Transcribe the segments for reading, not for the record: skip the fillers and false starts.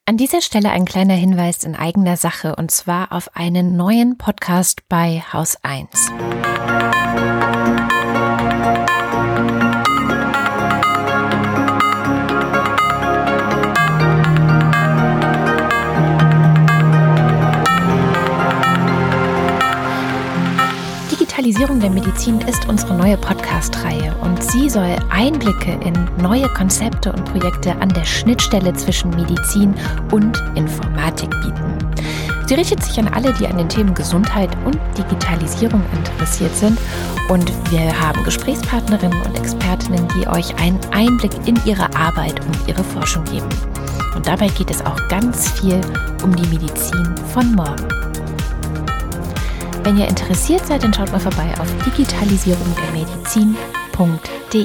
An dieser Stelle ein kleiner Hinweis in eigener Sache, und zwar auf einen neuen Podcast bei Haus 1. Digitalisierung der Medizin ist unsere neue Podcast-Reihe und sie soll Einblicke in neue Konzepte und Projekte an der Schnittstelle zwischen Medizin und Informatik bieten. Sie richtet sich an alle, die an den Themen Gesundheit und Digitalisierung interessiert sind, und wir haben Gesprächspartnerinnen und Expertinnen, die euch einen Einblick in ihre Arbeit und ihre Forschung geben. Und dabei geht es auch ganz viel um die Medizin von morgen. Wenn ihr interessiert seid, dann schaut mal vorbei auf digitalisierungdermedizin.de.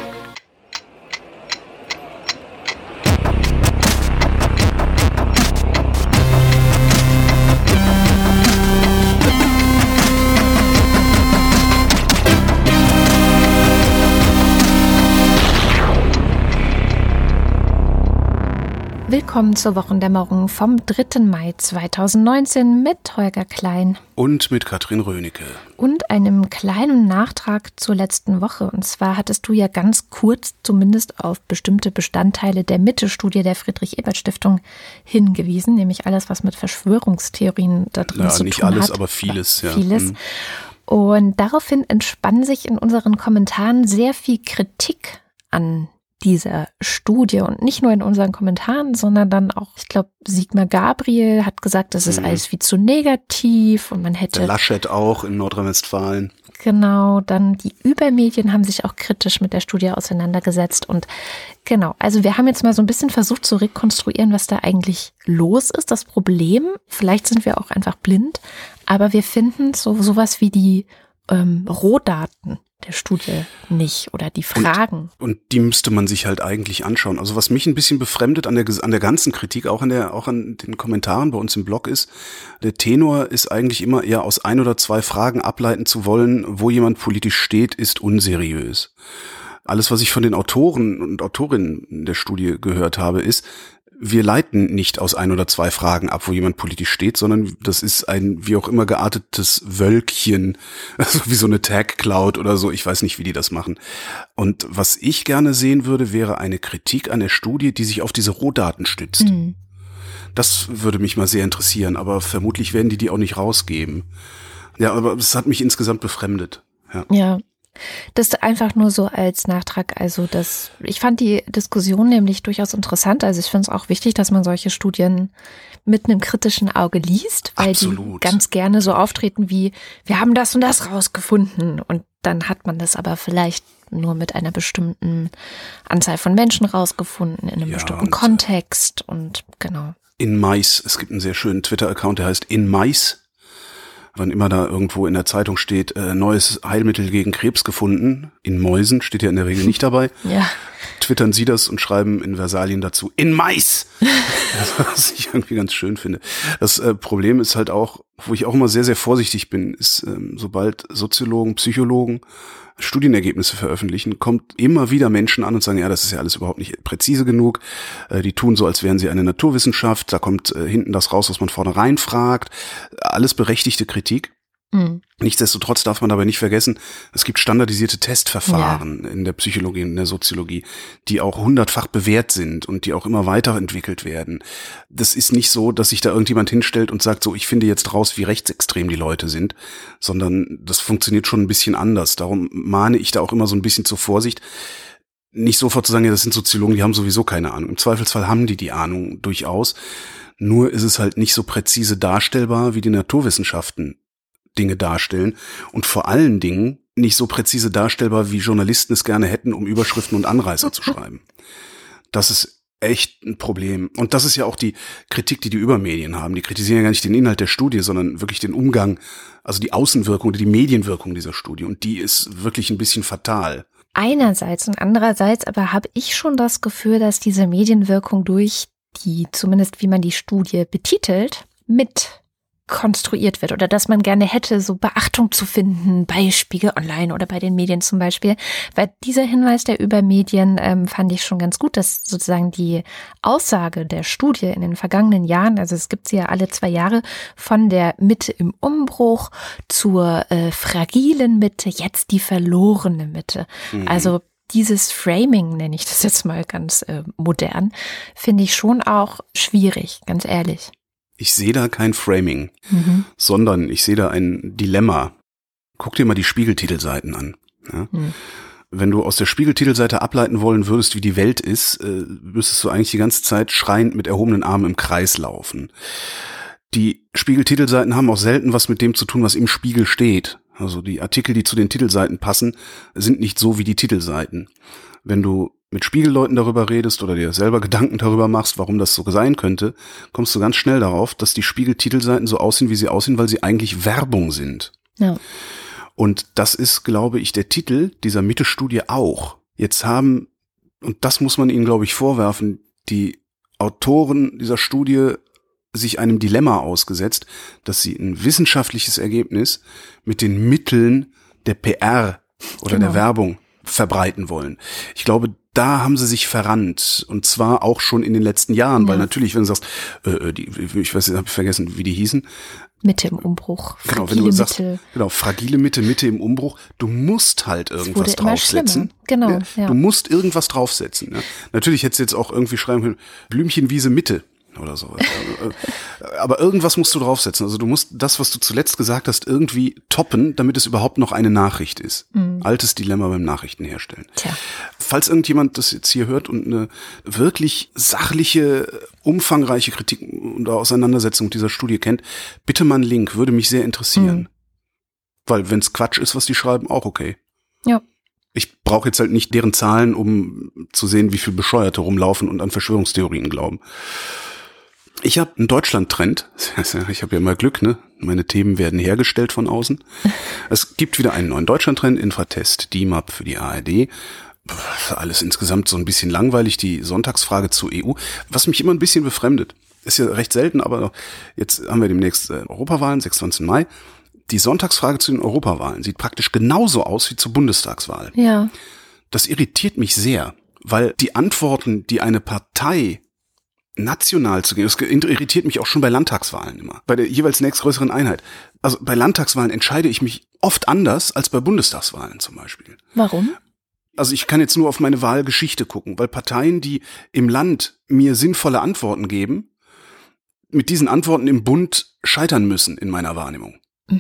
Willkommen zur Wochendämmerung vom 3. Mai 2019 mit Holger Klein. Und mit Katrin Rönecke. Und einem kleinen Nachtrag zur letzten Woche. Und zwar hattest du ja ganz kurz zumindest auf bestimmte Bestandteile der Mitte-Studie der Friedrich-Ebert-Stiftung hingewiesen, nämlich alles, was mit Verschwörungstheorien da drin zu tun hat. Ja, nicht alles, aber vieles. Ja. Vieles. Und daraufhin entspann sich in unseren Kommentaren sehr viel Kritik an dieser Studie, und nicht nur in unseren Kommentaren, sondern dann auch, ich glaube, Sigmar Gabriel hat gesagt, das ist alles viel zu negativ und man hätte... Der Laschet auch in Nordrhein-Westfalen. Genau, dann die Übermedien haben sich auch kritisch mit der Studie auseinandergesetzt, und genau, also wir haben jetzt mal so ein bisschen versucht zu rekonstruieren, was da eigentlich los ist, das Problem. Vielleicht sind wir auch einfach blind, aber wir finden sowas wie die Rohdaten der Studie nicht oder die Fragen. Und die müsste man sich halt eigentlich anschauen. Also was mich ein bisschen befremdet an der ganzen Kritik, auch an den Kommentaren bei uns im Blog ist, der Tenor ist eigentlich immer eher aus 1 oder 2 Fragen ableiten zu wollen, wo jemand politisch steht, ist unseriös. Alles, was ich von den Autoren und Autorinnen der Studie gehört habe, ist, wir leiten nicht aus 1 oder 2 Fragen ab, wo jemand politisch steht, sondern das ist ein wie auch immer geartetes Wölkchen, also wie so eine Tag-Cloud oder so, ich weiß nicht, wie die das machen. Und was ich gerne sehen würde, wäre eine Kritik an der Studie, die sich auf diese Rohdaten stützt. Das würde mich mal sehr interessieren, aber vermutlich werden die auch nicht rausgeben. Ja, aber es hat mich insgesamt befremdet. Ja. Das einfach nur so als Nachtrag, also ich fand die Diskussion nämlich durchaus interessant, also ich finde es auch wichtig, dass man solche Studien mit einem kritischen Auge liest, weil Absolut. Die ganz gerne so auftreten wie, wir haben das und das rausgefunden, und dann hat man das aber vielleicht nur mit einer bestimmten Anzahl von Menschen rausgefunden, in einem bestimmten Kontext, und genau. In Mais, es gibt einen sehr schönen Twitter-Account, der heißt In Mais. Wann immer da irgendwo in der Zeitung steht, neues Heilmittel gegen Krebs gefunden, in Mäusen, steht ja in der Regel nicht dabei. Ja. Twittern sie das und schreiben in Versalien dazu, in Mais! Was ich irgendwie ganz schön finde. Das Problem ist halt auch, wo ich auch immer sehr, sehr vorsichtig bin, ist, sobald Soziologen, Psychologen Studienergebnisse veröffentlichen, kommt immer wieder Menschen an und sagen, ja, das ist ja alles überhaupt nicht präzise genug. Die tun so, als wären sie eine Naturwissenschaft. Da kommt hinten das raus, was man vornherein fragt. Alles berechtigte Kritik. Nichtsdestotrotz darf man dabei nicht vergessen, es gibt standardisierte Testverfahren in der Psychologie und in der Soziologie, die auch 100-fach bewährt sind und die auch immer weiterentwickelt werden. Das ist nicht so, dass sich da irgendjemand hinstellt und sagt, so, ich finde jetzt raus, wie rechtsextrem die Leute sind, sondern das funktioniert schon ein bisschen anders. Darum mahne ich da auch immer so ein bisschen zur Vorsicht, nicht sofort zu sagen, ja, das sind Soziologen, die haben sowieso keine Ahnung. Im Zweifelsfall haben die Ahnung durchaus. Nur ist es halt nicht so präzise darstellbar, wie die Naturwissenschaften Dinge darstellen, und vor allen Dingen nicht so präzise darstellbar, wie Journalisten es gerne hätten, um Überschriften und Anreißer zu schreiben. Das ist echt ein Problem. Und das ist ja auch die Kritik, die Übermedien haben. Die kritisieren ja gar nicht den Inhalt der Studie, sondern wirklich den Umgang, also die Außenwirkung, die Medienwirkung dieser Studie. Und die ist wirklich ein bisschen fatal. Einerseits und andererseits aber habe ich schon das Gefühl, dass diese Medienwirkung durch die, zumindest wie man die Studie betitelt, mit konstruiert wird oder dass man gerne hätte, so Beachtung zu finden bei Spiegel Online oder bei den Medien zum Beispiel. Weil dieser Hinweis der Übermedien fand ich schon ganz gut, dass sozusagen die Aussage der Studie in den vergangenen Jahren, also es gibt sie ja alle 2 Jahre, von der Mitte im Umbruch zur fragilen Mitte, jetzt die verlorene Mitte. Also dieses Framing, nenne ich das jetzt mal ganz modern, finde ich schon auch schwierig, ganz ehrlich. Ich sehe da kein Framing, sondern ich sehe da ein Dilemma. Guck dir mal die Spiegeltitelseiten an. Ja? Wenn du aus der Spiegeltitelseite ableiten wollen würdest, wie die Welt ist, müsstest du eigentlich die ganze Zeit schreiend mit erhobenen Armen im Kreis laufen. Die Spiegeltitelseiten haben auch selten was mit dem zu tun, was im Spiegel steht. Also die Artikel, die zu den Titelseiten passen, sind nicht so wie die Titelseiten. Wenn du mit Spiegelleuten darüber redest oder dir selber Gedanken darüber machst, warum das so sein könnte, kommst du ganz schnell darauf, dass die Spiegeltitelseiten so aussehen, wie sie aussehen, weil sie eigentlich Werbung sind. Ja. Und das ist, glaube ich, der Titel dieser Mitte-Studie auch. Jetzt haben, und das muss man ihnen, glaube ich, vorwerfen, die Autoren dieser Studie sich einem Dilemma ausgesetzt, dass sie ein wissenschaftliches Ergebnis mit den Mitteln der PR oder der Werbung verbreiten wollen. Ich glaube, da haben sie sich verrannt. Und zwar auch schon in den letzten Jahren, weil natürlich, wenn du sagst, ich weiß, ich habe vergessen, wie die hießen. Mitte im Umbruch. Genau, wenn du sagst, fragile Mitte im Umbruch, du musst halt irgendwas draufsetzen. Genau, ja. Du musst irgendwas draufsetzen. Ja. Natürlich hättest du jetzt auch irgendwie schreiben können, Blümchenwiese Mitte oder sowas. Aber irgendwas musst du draufsetzen. Also du musst das, was du zuletzt gesagt hast, irgendwie toppen, damit es überhaupt noch eine Nachricht ist. Altes Dilemma beim Nachrichtenherstellen. Tja. Falls irgendjemand das jetzt hier hört und eine wirklich sachliche, umfangreiche Kritik und Auseinandersetzung dieser Studie kennt, bitte mal einen Link, würde mich sehr interessieren. Weil wenn es Quatsch ist, was die schreiben, auch okay. Ja. Ich brauche jetzt halt nicht deren Zahlen, um zu sehen, wie viel Bescheuerte rumlaufen und an Verschwörungstheorien glauben. Ich habe einen Deutschland-Trend. Ich habe ja immer Glück, ne? Meine Themen werden hergestellt von außen. Es gibt wieder einen neuen Deutschland-Trend, Infratest, DIMAP für die ARD. Alles insgesamt so ein bisschen langweilig, die Sonntagsfrage zur EU. Was mich immer ein bisschen befremdet. Ist ja recht selten, aber jetzt haben wir demnächst Europawahlen, 26. Mai. Die Sonntagsfrage zu den Europawahlen sieht praktisch genauso aus wie zur Bundestagswahl. Ja. Das irritiert mich sehr, weil die Antworten, die eine Partei national zu geben, das irritiert mich auch schon bei Landtagswahlen immer, bei der jeweils nächstgrößeren Einheit. Also bei Landtagswahlen entscheide ich mich oft anders als bei Bundestagswahlen zum Beispiel. Warum? Also ich kann jetzt nur auf meine Wahlgeschichte gucken, weil Parteien, die im Land mir sinnvolle Antworten geben, mit diesen Antworten im Bund scheitern müssen in meiner Wahrnehmung.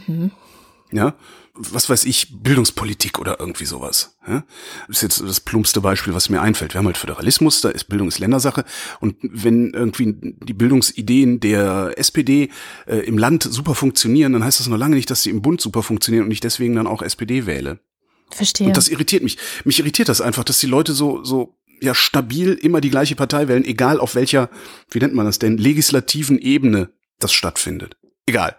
Ja, was weiß ich, Bildungspolitik oder irgendwie sowas. Ja? Das ist jetzt das plumpste Beispiel, was mir einfällt. Wir haben halt Föderalismus, da ist Bildung ist Ländersache. Und wenn irgendwie die Bildungsideen der SPD im Land super funktionieren, dann heißt das noch lange nicht, dass sie im Bund super funktionieren und ich deswegen dann auch SPD wähle. Verstehe. Und das irritiert mich. Mich irritiert das einfach, dass die Leute so ja stabil immer die gleiche Partei wählen, egal auf welcher, wie nennt man das denn, legislativen Ebene das stattfindet. Egal.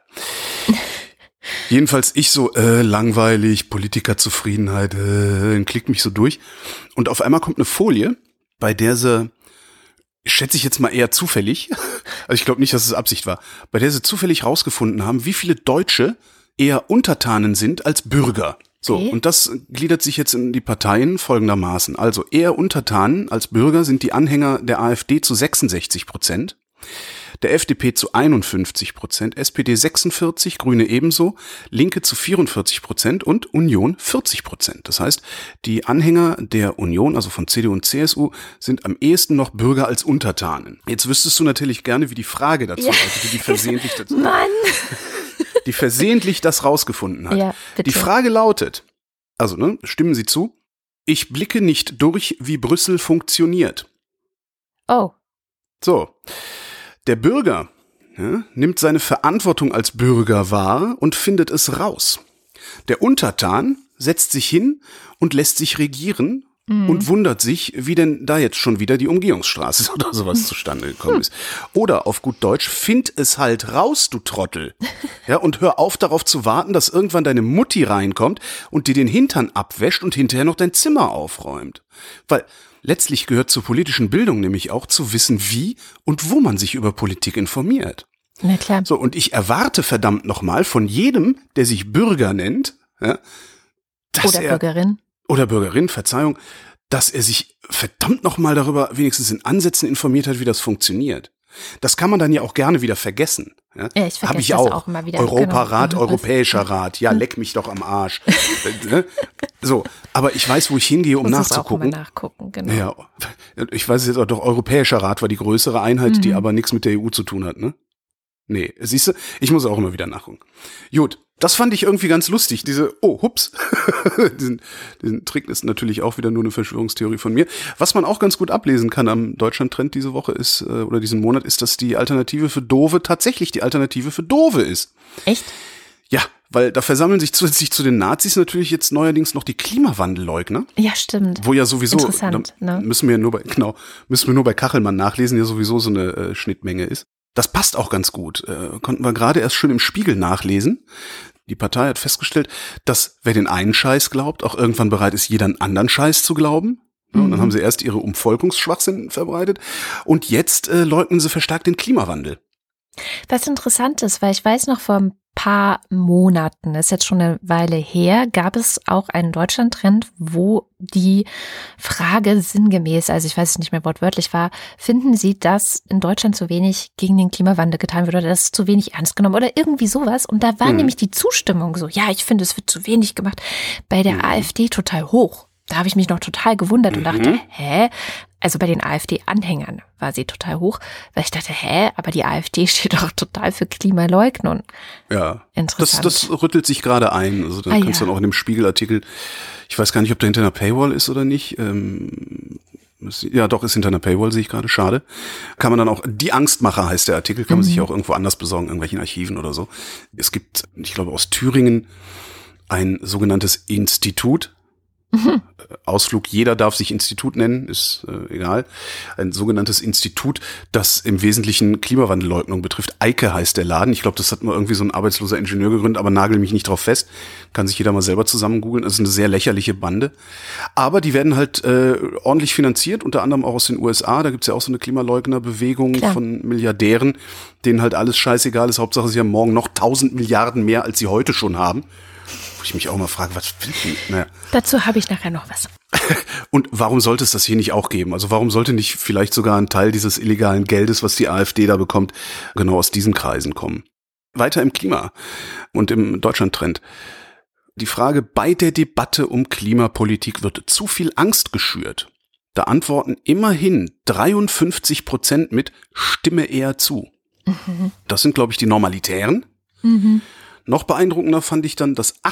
Jedenfalls ich so, langweilig, Politikerzufriedenheit, klickt mich so durch. Und auf einmal kommt eine Folie, bei der sie, schätze ich jetzt mal eher zufällig, also ich glaube nicht, dass es Absicht war, bei der sie zufällig rausgefunden haben, wie viele Deutsche eher Untertanen sind als Bürger. So, okay. Und das gliedert sich jetzt in die Parteien folgendermaßen. Also eher Untertanen als Bürger sind die Anhänger der AfD zu 66%. Der FDP zu 51%, SPD 46%, Grüne ebenso, Linke zu 44% und Union 40%. Das heißt, die Anhänger der Union, also von CDU und CSU, sind am ehesten noch Bürger als Untertanen. Jetzt wüsstest du natürlich gerne, wie die Frage dazu lautet, die versehentlich dazu Mann. Die versehentlich das rausgefunden hat. Ja, bitte. Die Frage lautet, also stimmen Sie zu, ich blicke nicht durch, wie Brüssel funktioniert. Oh. So. Der Bürger nimmt seine Verantwortung als Bürger wahr und findet es raus. Der Untertan setzt sich hin und lässt sich regieren und wundert sich, wie denn da jetzt schon wieder die Umgehungsstraße oder sowas zustande gekommen ist. Oder auf gut Deutsch, find es halt raus, du Trottel. Ja, und hör auf darauf zu warten, dass irgendwann deine Mutti reinkommt und dir den Hintern abwäscht und hinterher noch dein Zimmer aufräumt. Weil letztlich gehört zur politischen Bildung nämlich auch zu wissen, wie und wo man sich über Politik informiert. Na klar. So, und ich erwarte verdammt nochmal von jedem, der sich Bürger nennt, ja, dass Bürgerin. Oder Bürgerin, Verzeihung, dass er sich verdammt nochmal darüber wenigstens in Ansätzen informiert hat, wie das funktioniert. Das kann man dann ja auch gerne wieder vergessen. Ja, ich vergesse das auch immer wieder. Europarat, genau. Europäischer Rat, ja, leck mich doch am Arsch. So, aber ich weiß, wo ich hingehe, um nachzugucken. Nachgucken, genau. Ja, ich weiß jetzt auch, doch Europäischer Rat war die größere Einheit, die aber nichts mit der EU zu tun hat, ne? Nee, siehst du, ich muss auch immer wieder nachgucken. Gut, das fand ich irgendwie ganz lustig, diesen Trick ist natürlich auch wieder nur eine Verschwörungstheorie von mir. Was man auch ganz gut ablesen kann am Deutschland-Trend diese Woche ist, oder diesen Monat, ist, dass die Alternative für Doofe tatsächlich die Alternative für Doofe ist. Echt? Ja, weil da versammeln sich zusätzlich zu den Nazis natürlich jetzt neuerdings noch die Klimawandelleugner. Ja, stimmt. Wo ja sowieso, interessant, ne? müssen wir nur bei Kachelmann nachlesen, ja sowieso so eine Schnittmenge ist. Das passt auch ganz gut. Konnten wir gerade erst schön im Spiegel nachlesen. Die Partei hat festgestellt, dass wer den einen Scheiß glaubt, auch irgendwann bereit ist, jeden anderen Scheiß zu glauben. Und dann haben sie erst ihre Umvolkungsschwachsinn verbreitet und jetzt leugnen sie verstärkt den Klimawandel. Was interessant ist, weil ich weiß noch, vor ein paar Monaten, ist jetzt schon eine Weile her, gab es auch einen Deutschland-Trend, wo die Frage sinngemäß, also ich weiß es nicht mehr wortwörtlich war, finden Sie, dass in Deutschland zu wenig gegen den Klimawandel getan wird oder das ist zu wenig ernst genommen oder irgendwie sowas? Und da war nämlich die Zustimmung so, ja, ich finde, es wird zu wenig gemacht, bei der AfD total hoch. Da habe ich mich noch total gewundert und dachte, also bei den AfD-Anhängern war sie total hoch, weil ich dachte, aber die AfD steht doch total für Klimaleugnung. Ja, interessant. Das rüttelt sich gerade ein. Also da kannst du dann auch in dem Spiegelartikel, ich weiß gar nicht, ob der hinter einer Paywall ist oder nicht. Ja, doch, ist hinter einer Paywall, sehe ich gerade, schade. Kann man dann auch, die Angstmacher heißt der Artikel, kann man sich auch irgendwo anders besorgen, irgendwelchen Archiven oder so. Es gibt, ich glaube, aus Thüringen ein sogenanntes Institut. Ausflug, jeder darf sich Institut nennen, ist egal. Ein sogenanntes Institut, das im Wesentlichen Klimawandelleugnung betrifft. Eike heißt der Laden. Ich glaube, das hat mal irgendwie so ein arbeitsloser Ingenieur gegründet, aber nagel mich nicht drauf fest. Kann sich jeder mal selber zusammen googeln. Das ist eine sehr lächerliche Bande. Aber die werden halt ordentlich finanziert, unter anderem auch aus den USA. Da gibt's ja auch so eine Klimaleugnerbewegung von Milliardären, denen halt alles scheißegal ist. Hauptsache, sie haben morgen noch 1000 Milliarden mehr, als sie heute schon haben. Wo ich mich auch mal frage, was will die? Naja. Dazu habe ich nachher noch was. Und warum sollte es das hier nicht auch geben? Also warum sollte nicht vielleicht sogar ein Teil dieses illegalen Geldes, was die AfD da bekommt, genau aus diesen Kreisen kommen? Weiter im Klima und im Deutschland-Trend. Die Frage, bei der Debatte um Klimapolitik wird zu viel Angst geschürt. Da antworten immerhin 53% mit Stimme eher zu. Das sind, glaube ich, die Normalitären. Noch beeindruckender fand ich dann, dass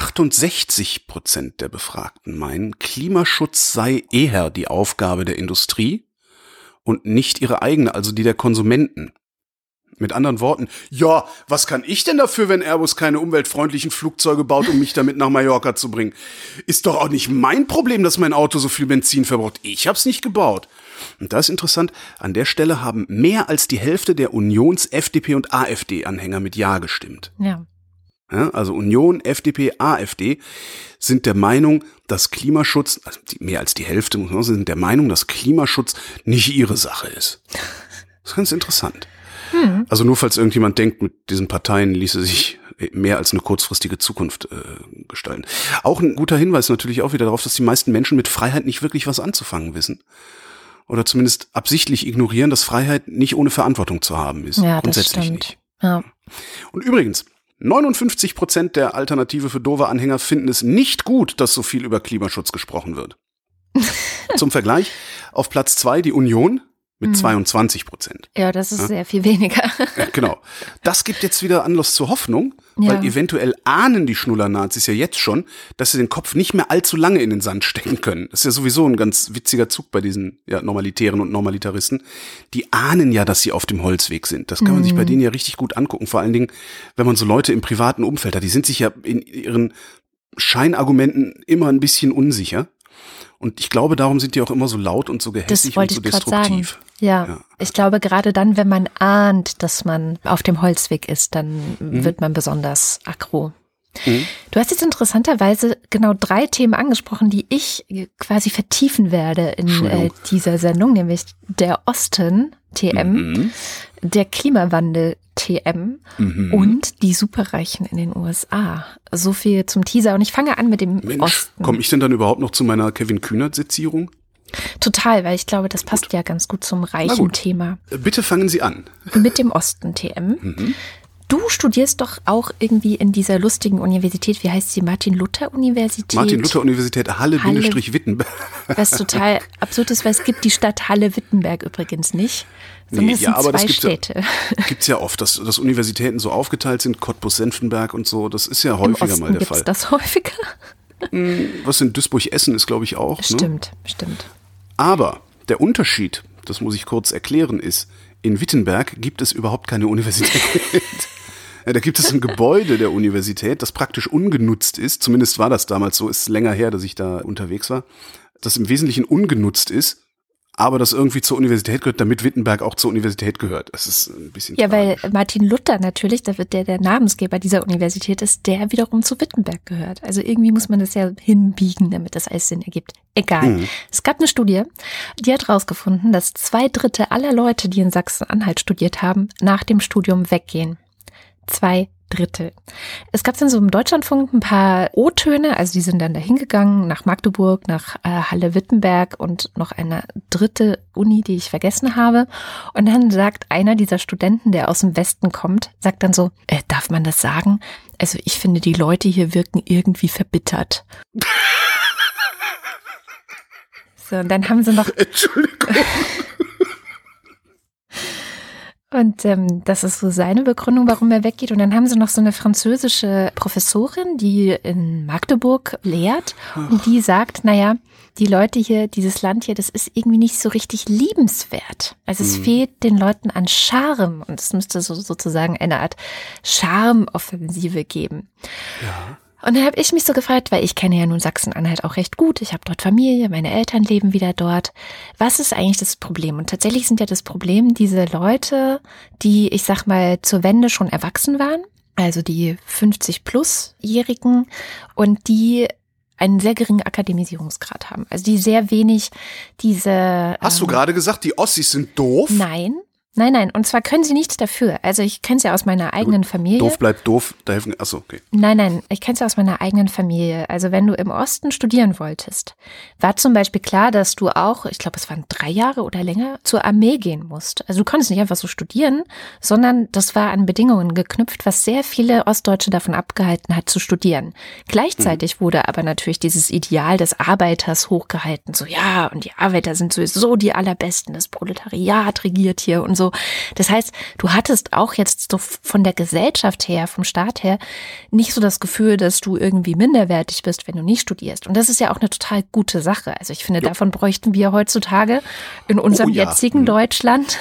68% der Befragten meinen, Klimaschutz sei eher die Aufgabe der Industrie und nicht ihre eigene, also die der Konsumenten. Mit anderen Worten, ja, was kann ich denn dafür, wenn Airbus keine umweltfreundlichen Flugzeuge baut, um mich damit nach Mallorca zu bringen? Ist doch auch nicht mein Problem, dass mein Auto so viel Benzin verbraucht. Ich hab's nicht gebaut. Und da ist interessant, an der Stelle haben mehr als die Hälfte der Unions-, FDP- und AfD-Anhänger mit Ja gestimmt. Ja. Ja, also Union, FDP, AfD sind der Meinung, dass Klimaschutz, also mehr als die Hälfte, muss man sagen, sind der Meinung, dass Klimaschutz nicht ihre Sache ist. Das ist ganz interessant. Also nur falls irgendjemand denkt, mit diesen Parteien ließe sich mehr als eine kurzfristige Zukunft gestalten. Auch ein guter Hinweis natürlich auch wieder darauf, dass die meisten Menschen mit Freiheit nicht wirklich was anzufangen wissen. Oder zumindest absichtlich ignorieren, dass Freiheit nicht ohne Verantwortung zu haben ist. Ja, grundsätzlich das stimmt. nicht. Ja. Und übrigens, 59% der Alternative für doofe Anhänger finden es nicht gut, dass so viel über Klimaschutz gesprochen wird. Zum Vergleich, auf Platz 2 die Union mit 22%. Ja, das ist sehr viel weniger. Ja, genau. Das gibt jetzt wieder Anlass zur Hoffnung, weil eventuell ahnen die Schnuller-Nazis ja jetzt schon, dass sie den Kopf nicht mehr allzu lange in den Sand stecken können. Das ist ja sowieso ein ganz witziger Zug bei diesen Normalitären und Normalitaristen. Die ahnen ja, dass sie auf dem Holzweg sind. Das kann man sich bei denen ja richtig gut angucken. Vor allen Dingen, wenn man so Leute im privaten Umfeld hat. Die sind sich ja in ihren Scheinargumenten immer ein bisschen unsicher. Und ich glaube, darum sind die auch immer so laut und so gehässig und so destruktiv. Sagen. Ja, ich glaube, gerade dann, wenn man ahnt, dass man auf dem Holzweg ist, dann wird man besonders aggro. Du hast jetzt interessanterweise genau 3 Themen angesprochen, die ich quasi vertiefen werde in dieser Sendung, nämlich der Osten, TM, der Klimawandel TM und die Superreichen in den USA. So viel zum Teaser. Und ich fange an mit dem Osten. Komme ich denn dann überhaupt noch zu meiner Kevin Kühnert-Sezierung? Total, weil ich glaube, das passt ja ganz gut zum reichen Thema. Bitte fangen Sie an. Mit dem Osten TM. Du studierst doch auch irgendwie in dieser lustigen Universität, wie heißt sie, Martin-Luther-Universität? Martin-Luther-Universität Halle-Wittenberg. Was total absurd ist, weil es gibt die Stadt Halle-Wittenberg übrigens nicht, sondern es sind zwei Städte. Gibt's ja oft, dass Universitäten so aufgeteilt sind, Cottbus-Senftenberg und so, das ist ja häufiger mal der Fall. Gibt's das häufiger? Was in Duisburg-Essen ist, glaube ich, auch. Stimmt. Aber der Unterschied, das muss ich kurz erklären, ist, in Wittenberg gibt es überhaupt keine Universität. Da gibt es ein Gebäude der Universität, das praktisch ungenutzt ist. Zumindest war das damals so, ist länger her, dass ich da unterwegs war. Das im Wesentlichen ungenutzt ist, aber das irgendwie zur Universität gehört, damit Wittenberg auch zur Universität gehört. Das ist ein bisschen tragisch. Weil Martin Luther natürlich, da wird der Namensgeber dieser Universität ist, der wiederum zu Wittenberg gehört. Also irgendwie muss man das ja hinbiegen, damit das alles Sinn ergibt. Egal. Es gab eine Studie, die hat rausgefunden, dass 2/3 aller Leute, die in Sachsen-Anhalt studiert haben, nach dem Studium weggehen. 2/3. Es gab dann so im Deutschlandfunk ein paar O-Töne, also die sind dann da hingegangen, nach Magdeburg, nach Halle-Wittenberg und noch eine dritte Uni, die ich vergessen habe. Und dann sagt einer dieser Studenten, der aus dem Westen kommt, sagt dann so, darf man das sagen? Also ich finde, die Leute hier wirken irgendwie verbittert. So, und dann haben sie noch... Entschuldigung. Und das ist so seine Begründung, warum er weggeht. Und dann haben sie noch so eine französische Professorin, die in Magdeburg lehrt. Und die sagt, naja, die Leute hier, dieses Land hier, das ist irgendwie nicht so richtig liebenswert. Also es fehlt den Leuten an Charme. Und es müsste sozusagen eine Art Charme-Offensive geben. Ja. Und dann habe ich mich so gefragt, weil ich kenne ja nun Sachsen-Anhalt auch recht gut. Ich habe dort Familie, meine Eltern leben wieder dort. Was ist eigentlich das Problem? Und tatsächlich sind ja das Problem diese Leute, die, ich sag mal, zur Wende schon erwachsen waren, also die 50-plus-Jährigen und die einen sehr geringen Akademisierungsgrad haben. Also die sehr wenig diese... Hast du gerade gesagt, die Ossis sind doof? Nein. Und zwar können sie nichts dafür. Also ich kenne es ja aus meiner eigenen Familie. Doof bleibt doof, da helfen. Achso, okay. Nein, ich kenne es ja aus meiner eigenen Familie. Also wenn du im Osten studieren wolltest, war zum Beispiel klar, dass du auch, ich glaube, es waren 3 Jahre oder länger, zur Armee gehen musst. Also du konntest nicht einfach so studieren, sondern das war an Bedingungen geknüpft, was sehr viele Ostdeutsche davon abgehalten hat, zu studieren. Gleichzeitig wurde aber natürlich dieses Ideal des Arbeiters hochgehalten. So, ja, und die Arbeiter sind sowieso die Allerbesten, das Proletariat regiert hier und so. Das heißt, du hattest auch jetzt so von der Gesellschaft her, vom Staat her, nicht so das Gefühl, dass du irgendwie minderwertig bist, wenn du nicht studierst. Und das ist ja auch eine total gute Sache. Also ich finde, davon bräuchten wir heutzutage in unserem jetzigen Deutschland,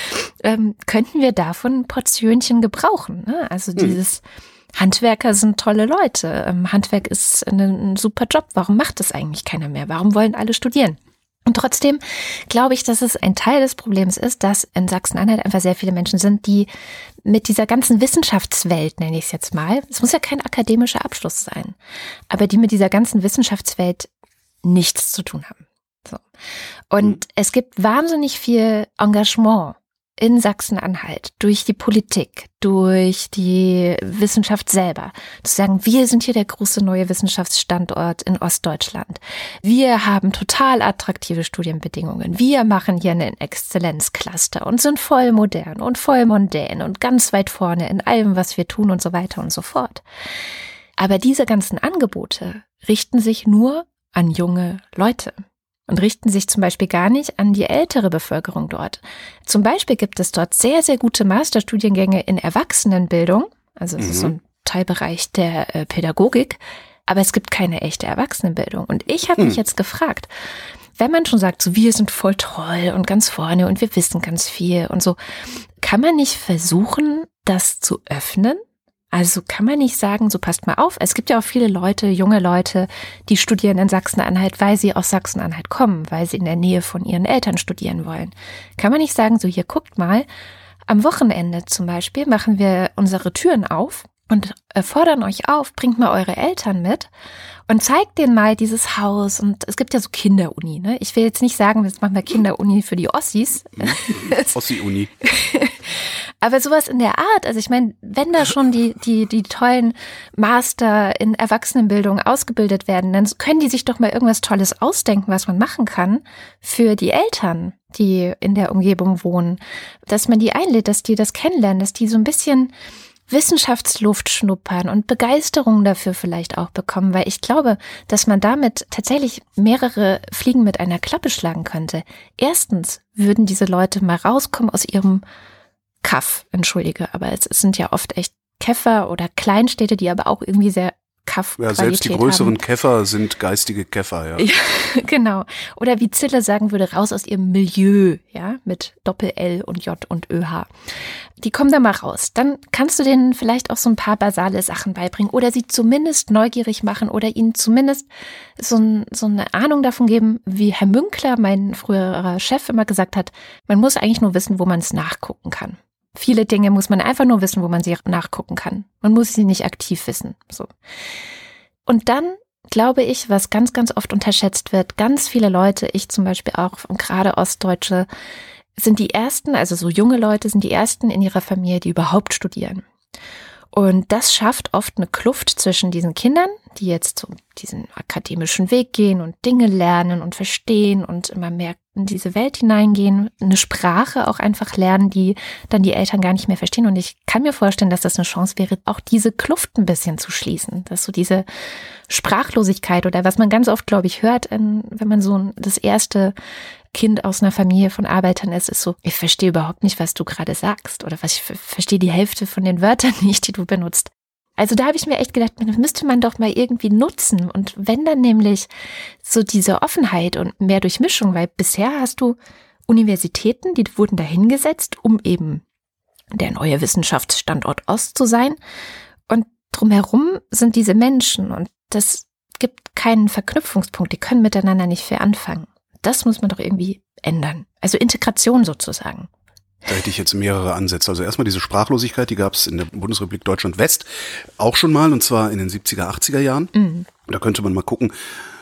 könnten wir davon ein Portionchen gebrauchen. Ne? Also dieses Handwerker sind tolle Leute. Handwerk ist ein super Job. Warum macht das eigentlich keiner mehr? Warum wollen alle studieren? Und trotzdem glaube ich, dass es ein Teil des Problems ist, dass in Sachsen-Anhalt einfach sehr viele Menschen sind, die mit dieser ganzen Wissenschaftswelt, nenne ich es jetzt mal, es muss ja kein akademischer Abschluss sein, aber die mit dieser ganzen Wissenschaftswelt nichts zu tun haben. So. Und es gibt wahnsinnig viel Engagement in Sachsen-Anhalt, durch die Politik, durch die Wissenschaft selber, zu sagen, wir sind hier der große neue Wissenschaftsstandort in Ostdeutschland. Wir haben total attraktive Studienbedingungen. Wir machen hier einen Exzellenzcluster und sind voll modern und voll mondän und ganz weit vorne in allem, was wir tun und so weiter und so fort. Aber diese ganzen Angebote richten sich nur an junge Leute. Und richten sich zum Beispiel gar nicht an die ältere Bevölkerung dort. Zum Beispiel gibt es dort sehr, sehr gute Masterstudiengänge in Erwachsenenbildung. Also es ist so ein Teilbereich der Pädagogik. Aber es gibt keine echte Erwachsenenbildung. Und ich habe mich jetzt gefragt, wenn man schon sagt, so wir sind voll toll und ganz vorne und wir wissen ganz viel und so, kann man nicht versuchen, das zu öffnen? Also kann man nicht sagen, so passt mal auf. Es gibt ja auch viele Leute, junge Leute, die studieren in Sachsen-Anhalt, weil sie aus Sachsen-Anhalt kommen, weil sie in der Nähe von ihren Eltern studieren wollen. Kann man nicht sagen, so hier guckt mal, am Wochenende zum Beispiel machen wir unsere Türen auf und fordern euch auf, bringt mal eure Eltern mit und zeigt denen mal dieses Haus. Und es gibt ja so Kinderuni, ne? Ich will jetzt nicht sagen, jetzt machen wir Kinderuni für die Ossis. Ossi-Uni. Aber sowas in der Art, also ich meine, wenn da schon die tollen Master in Erwachsenenbildung ausgebildet werden, dann können die sich doch mal irgendwas Tolles ausdenken, was man machen kann für die Eltern, die in der Umgebung wohnen. Dass man die einlädt, dass die das kennenlernen, dass die so ein bisschen Wissenschaftsluft schnuppern und Begeisterung dafür vielleicht auch bekommen, weil ich glaube, dass man damit tatsächlich mehrere Fliegen mit einer Klappe schlagen könnte. Erstens würden diese Leute mal rauskommen aus ihrem Kaff, entschuldige, aber es sind ja oft echt Käfer oder Kleinstädte, die aber auch irgendwie sehr Kaff-Qualität haben. Ja, selbst die größeren Käfer sind geistige Käfer, ja. Ja, genau. Oder wie Zille sagen würde, raus aus ihrem Milieu, ja, mit Doppel-L und J und ÖH. Die kommen da mal raus. Dann kannst du denen vielleicht auch so ein paar basale Sachen beibringen oder sie zumindest neugierig machen oder ihnen zumindest so eine Ahnung davon geben, wie Herr Münkler, mein früherer Chef, immer gesagt hat, man muss eigentlich nur wissen, wo man es nachgucken kann. Viele Dinge muss man einfach nur wissen, wo man sie nachgucken kann. Man muss sie nicht aktiv wissen. So. Und dann glaube ich, was ganz, ganz oft unterschätzt wird, ganz viele Leute, ich zum Beispiel auch, und gerade Ostdeutsche, sind die ersten, also so junge Leute sind die ersten in ihrer Familie, die überhaupt studieren. Und das schafft oft eine Kluft zwischen diesen Kindern, die jetzt so diesen akademischen Weg gehen und Dinge lernen und verstehen und immer mehr in diese Welt hineingehen, eine Sprache auch einfach lernen, die dann die Eltern gar nicht mehr verstehen. Und ich kann mir vorstellen, dass das eine Chance wäre, auch diese Kluft ein bisschen zu schließen, dass so diese Sprachlosigkeit oder was man ganz oft, glaube ich, hört, wenn man so das erste Kind aus einer Familie von Arbeitern ist so, ich verstehe überhaupt nicht, was du gerade sagst oder ich verstehe die Hälfte von den Wörtern nicht, die du benutzt. Also da habe ich mir echt gedacht, das müsste man doch mal irgendwie nutzen. Und wenn dann nämlich so diese Offenheit und mehr Durchmischung, weil bisher hast du Universitäten, die wurden da hingesetzt, um eben der neue Wissenschaftsstandort Ost zu sein. Und drumherum sind diese Menschen und das gibt keinen Verknüpfungspunkt, die können miteinander nicht viel anfangen. Das muss man doch irgendwie ändern. Also Integration sozusagen. Da hätte ich jetzt mehrere Ansätze. Also erstmal diese Sprachlosigkeit, die gab es in der Bundesrepublik Deutschland West auch schon mal, und zwar in den 70er, 80er Jahren. Mhm. Da könnte man mal gucken,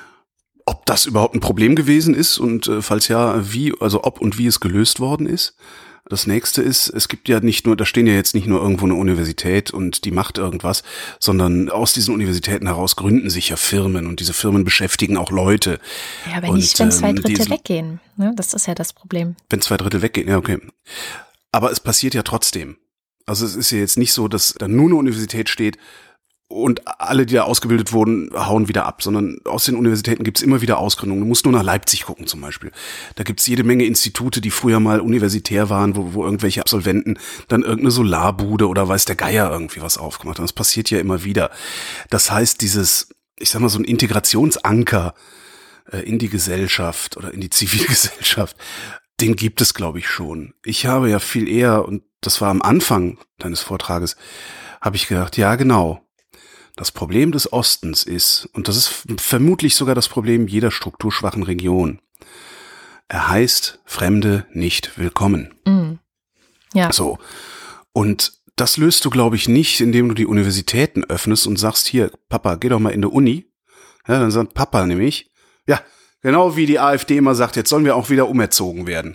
ob das überhaupt ein Problem gewesen ist und falls ja, wie, also ob und wie es gelöst worden ist. Das nächste ist, es gibt ja nicht nur, da stehen ja jetzt nicht nur irgendwo eine Universität und die macht irgendwas, sondern aus diesen Universitäten heraus gründen sich ja Firmen und diese Firmen beschäftigen auch Leute. Ja, aber nicht, wenn 2/3 weggehen. Ne? Das ist ja das Problem. Wenn 2/3 weggehen, ja, okay. Aber es passiert ja trotzdem. Also es ist ja jetzt nicht so, dass da nur eine Universität steht und alle, die da ausgebildet wurden, hauen wieder ab, sondern aus den Universitäten gibt's immer wieder Ausgründungen. Du musst nur nach Leipzig gucken zum Beispiel. Da gibt's jede Menge Institute, die früher mal universitär waren, wo irgendwelche Absolventen dann irgendeine Solarbude oder weiß der Geier irgendwie was aufgemacht haben. Das passiert ja immer wieder. Das heißt, dieses, ich sag mal, so ein Integrationsanker in die Gesellschaft oder in die Zivilgesellschaft, den gibt es, glaube ich, schon. Ich habe ja viel eher, und das war am Anfang deines Vortrages, habe ich gedacht, ja genau, das Problem des Ostens ist, und das ist vermutlich sogar das Problem jeder strukturschwachen Region, er heißt Fremde nicht willkommen. Mhm. Ja. So. Und das löst du, glaube ich, nicht, indem du die Universitäten öffnest und sagst, hier, Papa, geh doch mal in die Uni. Ja, dann sagt Papa nämlich, ja, genau wie die AfD immer sagt, jetzt sollen wir auch wieder umerzogen werden.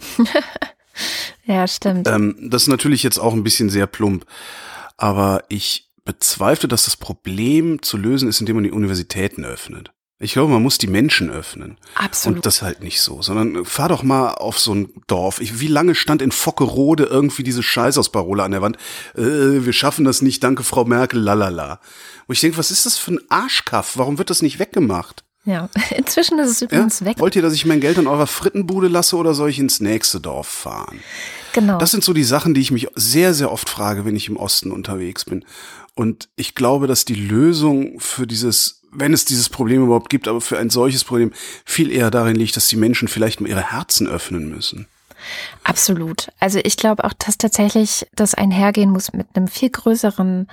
Ja, stimmt. Das ist natürlich jetzt auch ein bisschen sehr plump, aber ich bezweifle, dass das Problem zu lösen ist, indem man die Universitäten öffnet. Ich glaube, man muss die Menschen öffnen. Absolut. Und das halt nicht so, sondern fahr doch mal auf so ein Dorf. Wie lange stand in Vockerode irgendwie diese Scheißausparole an der Wand? Wir schaffen das nicht, danke Frau Merkel, lalala. Wo ich denke, was ist das für ein Arschkaff? Warum wird das nicht weggemacht? Ja, inzwischen ist es übrigens weg. Wollt ihr, dass ich mein Geld in eurer Frittenbude lasse oder soll ich ins nächste Dorf fahren? Genau. Das sind so die Sachen, die ich mich sehr, sehr oft frage, wenn ich im Osten unterwegs bin. Und ich glaube, dass die Lösung für dieses, wenn es dieses Problem überhaupt gibt, aber für ein solches Problem viel eher darin liegt, dass die Menschen vielleicht mal ihre Herzen öffnen müssen. Absolut. Also ich glaube auch, dass tatsächlich das einhergehen muss mit einem viel größeren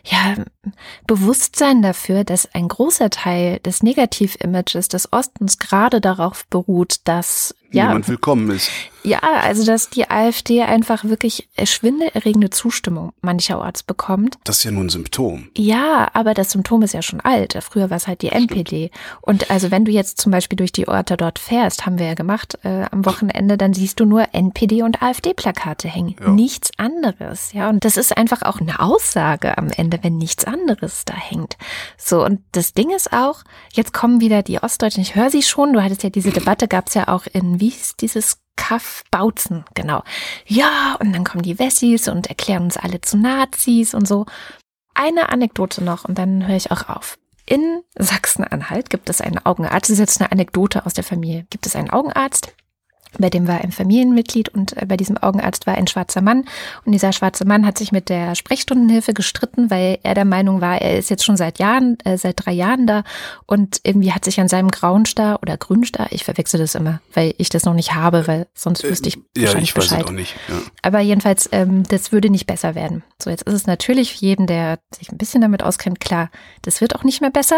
Bewusstsein dafür, dass ein großer Teil des Negativimages des Ostens gerade darauf beruht, dass niemand willkommen ist. Ja, also dass die AfD einfach wirklich schwindelerregende Zustimmung mancherorts bekommt. Das ist ja nur ein Symptom. Ja, aber das Symptom ist ja schon alt. Früher war es halt die NPD. Und also wenn du jetzt zum Beispiel durch die Orte dort fährst, haben wir ja gemacht am Wochenende, dann siehst du nur NPD und AfD-Plakate hängen. Ja. Nichts anderes. Ja, und das ist einfach auch eine Aussage am Ende, wenn nichts anderes da hängt. So, und das Ding ist auch, jetzt kommen wieder die Ostdeutschen, ich höre sie schon, du hattest ja diese Debatte, gab es ja auch in, wie hieß dieses Kaff Bautzen, genau. Ja, und dann kommen die Wessis und erklären uns alle zu Nazis und so. Eine Anekdote noch und dann höre ich auch auf. In Sachsen-Anhalt gibt es einen Augenarzt, das ist jetzt eine Anekdote aus der Familie, gibt es einen Augenarzt, bei dem war ein Familienmitglied und bei diesem Augenarzt war ein schwarzer Mann. Und dieser schwarze Mann hat sich mit der Sprechstundenhilfe gestritten, weil er der Meinung war, er ist jetzt schon seit 3 Jahren da und irgendwie hat sich an seinem grauen Star oder grünen Star, ich verwechsel das immer, weil ich das noch nicht habe, weil sonst wüsste ich wahrscheinlich Bescheid. Ja, ich weiß es auch nicht. Ja. Aber jedenfalls, das würde nicht besser werden. So, jetzt ist es natürlich für jeden, der sich ein bisschen damit auskennt, klar, das wird auch nicht mehr besser.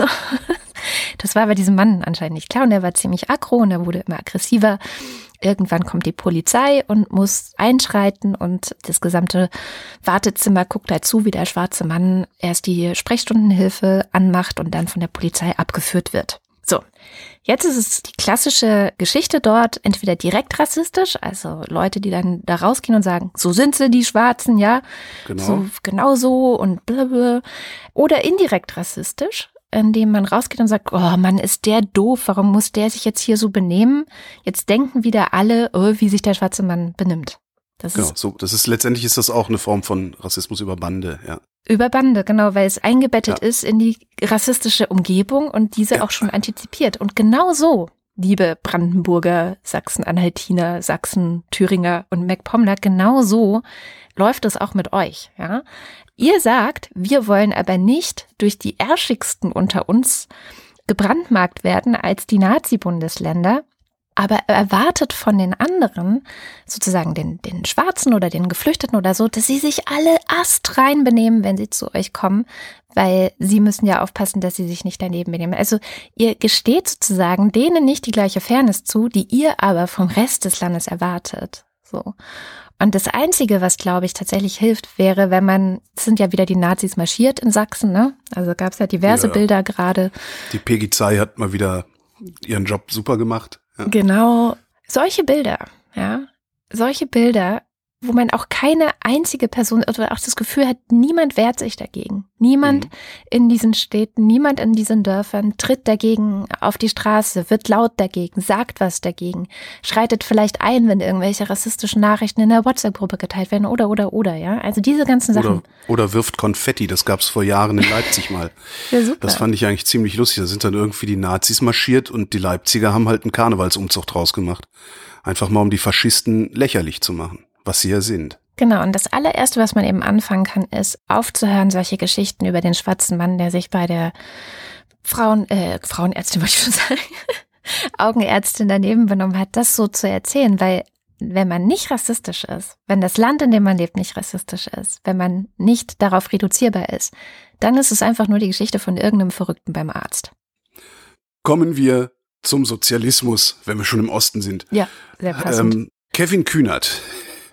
Das war bei diesem Mann anscheinend nicht klar und er war ziemlich aggro und er wurde immer aggressiver. Irgendwann kommt die Polizei und muss einschreiten und das gesamte Wartezimmer guckt dazu, wie der schwarze Mann erst die Sprechstundenhilfe anmacht und dann von der Polizei abgeführt wird. So, jetzt ist es die klassische Geschichte dort, entweder direkt rassistisch, also Leute, die dann da rausgehen und sagen, so sind sie, die Schwarzen, ja, genau so und blablabla, oder indirekt rassistisch, indem man rausgeht und sagt, oh Mann, ist der doof, warum muss der sich jetzt hier so benehmen? Jetzt denken wieder alle, wie sich der schwarze Mann benimmt. Letztendlich ist das auch eine Form von Rassismus über Bande, ja. Über Bande, genau, weil es eingebettet ist in die rassistische Umgebung und diese auch schon antizipiert. Und genau so, liebe Brandenburger, Sachsen-Anhaltiner, Sachsen, Thüringer und MacPomler, genau so läuft es auch mit euch, ja. Ihr sagt, wir wollen aber nicht durch die Ärschigsten unter uns gebrandmarkt werden als die Nazi-Bundesländer, aber erwartet von den anderen, sozusagen den Schwarzen oder den Geflüchteten oder so, dass sie sich alle astrein benehmen, wenn sie zu euch kommen, weil sie müssen ja aufpassen, dass sie sich nicht daneben benehmen. Also ihr gesteht sozusagen denen nicht die gleiche Fairness zu, die ihr aber vom Rest des Landes erwartet. So. Und das Einzige, was, glaube ich, tatsächlich hilft, wäre, es sind ja wieder die Nazis marschiert in Sachsen, ne? Also gab es ja diverse Bilder gerade. Die Peggy-Zei hat mal wieder ihren Job super gemacht. Ja. Genau, solche Bilder, wo man auch keine einzige Person oder auch das Gefühl hat, niemand wehrt sich dagegen. Niemand in diesen Städten, niemand in diesen Dörfern tritt dagegen auf die Straße, wird laut dagegen, sagt was dagegen, schreitet vielleicht ein, wenn irgendwelche rassistischen Nachrichten in der WhatsApp-Gruppe geteilt werden oder, ja. Also diese ganzen Sachen. Oder wirft Konfetti, das gab's vor Jahren in Leipzig mal. Ja, super. Das fand ich eigentlich ziemlich lustig. Da sind dann irgendwie die Nazis marschiert und die Leipziger haben halt einen Karnevalsumzug draus gemacht. Einfach mal, um die Faschisten lächerlich zu machen. Was sie ja sind. Genau, und das allererste, was man eben anfangen kann, ist aufzuhören, solche Geschichten über den schwarzen Mann, der sich bei der Frauenärztin, wollte ich schon sagen, Augenärztin daneben benommen hat, das so zu erzählen, weil wenn man nicht rassistisch ist, wenn das Land, in dem man lebt, nicht rassistisch ist, wenn man nicht darauf reduzierbar ist, dann ist es einfach nur die Geschichte von irgendeinem Verrückten beim Arzt. Kommen wir zum Sozialismus, wenn wir schon im Osten sind. Ja, sehr passend. Kevin Kühnert.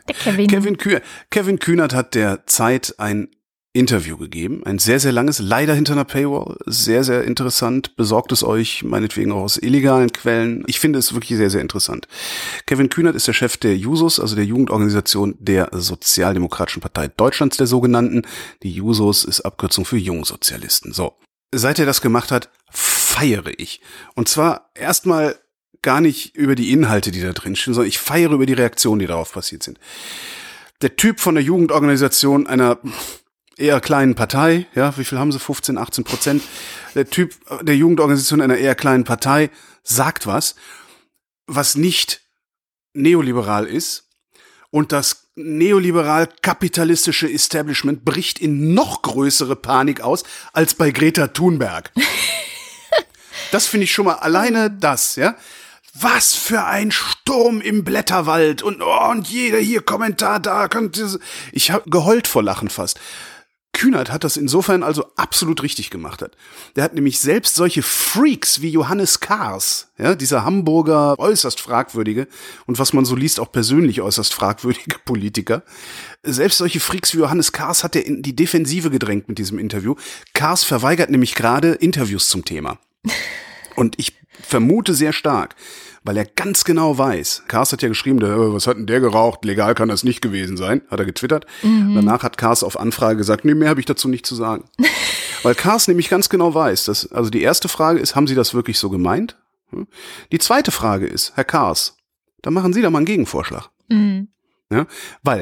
Kevin Kühnert hat der Zeit ein Interview gegeben, ein sehr, sehr langes, leider hinter einer Paywall, sehr, sehr interessant, besorgt es euch meinetwegen auch aus illegalen Quellen. Ich finde es wirklich sehr, sehr interessant. Kevin Kühnert ist der Chef der Jusos, also der Jugendorganisation der Sozialdemokratischen Partei Deutschlands, der sogenannten. Die Jusos ist Abkürzung für Jungsozialisten. So, seit er das gemacht hat, feiere ich. Und zwar erstmal gar nicht über die Inhalte, die da drin stehen, sondern ich feiere über die Reaktionen, die darauf passiert sind. Der Typ von der Jugendorganisation einer eher kleinen Partei, ja, wie viel haben sie? 15-18%. Der Typ der Jugendorganisation einer eher kleinen Partei sagt was nicht neoliberal ist, und das neoliberal-kapitalistische Establishment bricht in noch größere Panik aus als bei Greta Thunberg. Das finde ich schon mal alleine das, ja. Was für ein Sturm im Blätterwald und jeder hier Kommentar da. Ich habe geheult vor Lachen fast. Kühnert hat das insofern also absolut richtig gemacht hat. Der hat nämlich selbst solche Freaks wie Johannes Kahrs, ja, dieser Hamburger äußerst fragwürdige und was man so liest auch persönlich äußerst fragwürdige Politiker, selbst solche Freaks wie Johannes Kahrs hat er in die Defensive gedrängt mit diesem Interview. Kahrs verweigert nämlich gerade Interviews zum Thema. Und ich vermute sehr stark, weil er ganz genau weiß, Kahrs hat ja geschrieben, was hat denn der geraucht, legal kann das nicht gewesen sein, hat er getwittert. Danach hat Kahrs auf Anfrage gesagt, nee, mehr habe ich dazu nicht zu sagen. Weil Kahrs nämlich ganz genau weiß, dass, also die erste Frage ist, haben Sie das wirklich so gemeint? Die zweite Frage ist, Herr Kahrs, dann machen Sie da mal einen Gegenvorschlag. Ja, weil,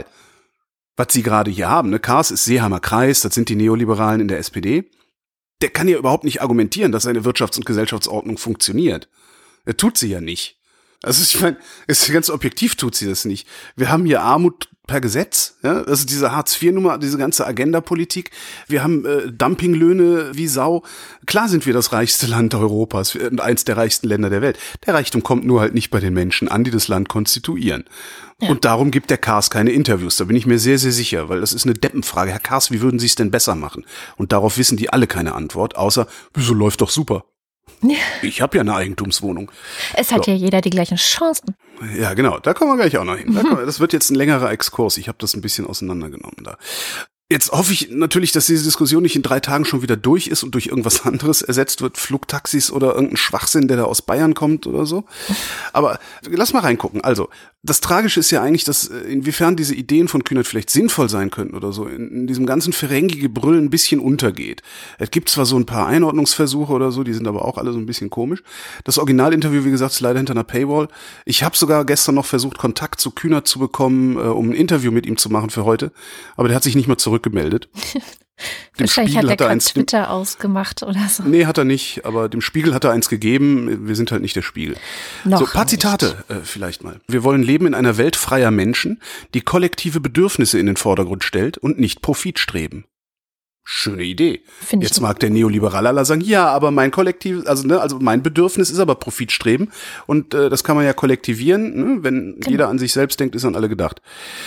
was Sie gerade hier haben, ne, Kahrs ist Seeheimer Kreis, das sind die Neoliberalen in der SPD, der kann ja überhaupt nicht argumentieren, dass seine Wirtschafts- und Gesellschaftsordnung funktioniert. Er tut sie ja nicht. Also ich meine, ganz objektiv tut sie das nicht. Wir haben hier Armut per Gesetz, ja, also diese Hartz-IV-Nummer, diese ganze Agenda-Politik. Wir haben Dumpinglöhne wie Sau. Klar sind wir das reichste Land Europas und eins der reichsten Länder der Welt. Der Reichtum kommt nur halt nicht bei den Menschen an, die das Land konstituieren. Ja. Und darum gibt der Kahrs keine Interviews. Da bin ich mir sehr, sehr sicher, weil das ist eine Deppenfrage. Herr Kahrs, wie würden Sie es denn besser machen? Und darauf wissen die alle keine Antwort, außer, wieso läuft doch super. Ja. Ich habe ja eine Eigentumswohnung. Es hat ja jeder die gleichen Chancen. Ja, genau. Da kommen wir gleich auch noch hin. Das wird jetzt ein längerer Exkurs. Ich habe das ein bisschen auseinandergenommen da. Jetzt hoffe ich natürlich, dass diese Diskussion nicht in 3 Tagen schon wieder durch ist und durch irgendwas anderes ersetzt wird, Flugtaxis oder irgendein Schwachsinn, der da aus Bayern kommt oder so. Aber lass mal reingucken. Also, das Tragische ist ja eigentlich, dass inwiefern diese Ideen von Kühnert vielleicht sinnvoll sein könnten oder so, in diesem ganzen Ferengi-Gebrüll ein bisschen untergeht. Es gibt zwar so ein paar Einordnungsversuche oder so, die sind aber auch alle so ein bisschen komisch. Das Originalinterview, wie gesagt, ist leider hinter einer Paywall. Ich habe sogar gestern noch versucht, Kontakt zu Kühnert zu bekommen, um ein Interview mit ihm zu machen für heute. Aber der hat sich nicht mehr zurückgemeldet. Wahrscheinlich hat er gerade Twitter ausgemacht oder so. Nee, hat er nicht, aber dem Spiegel hat er eins gegeben. Wir sind halt nicht der Spiegel. Noch so, paar Zitate vielleicht mal. Wir wollen leben in einer Welt freier Menschen, die kollektive Bedürfnisse in den Vordergrund stellt und nicht Profit streben. Schöne Idee. Jetzt mag der Neoliberale sagen, ja, aber mein Kollektiv, also mein Bedürfnis ist aber Profitstreben und das kann man ja kollektivieren, ne? Wenn jeder an sich selbst denkt, ist an alle gedacht.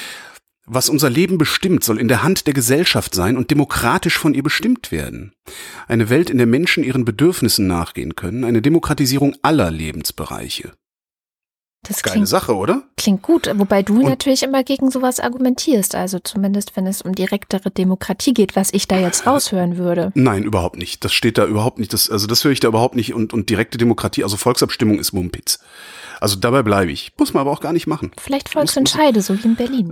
Was unser Leben bestimmt, soll in der Hand der Gesellschaft sein und demokratisch von ihr bestimmt werden. Eine Welt, in der Menschen ihren Bedürfnissen nachgehen können, eine Demokratisierung aller Lebensbereiche. Das geile Sache, oder? Klingt gut, wobei du natürlich immer gegen sowas argumentierst, also zumindest wenn es um direktere Demokratie geht, was ich da jetzt raushören würde. Nein, überhaupt nicht. Das steht da überhaupt nicht. Das höre ich da überhaupt nicht. Und direkte Demokratie, also Volksabstimmung ist Mumpitz. Also dabei bleibe ich. Muss man aber auch gar nicht machen. Vielleicht Volksentscheide, so wie in Berlin.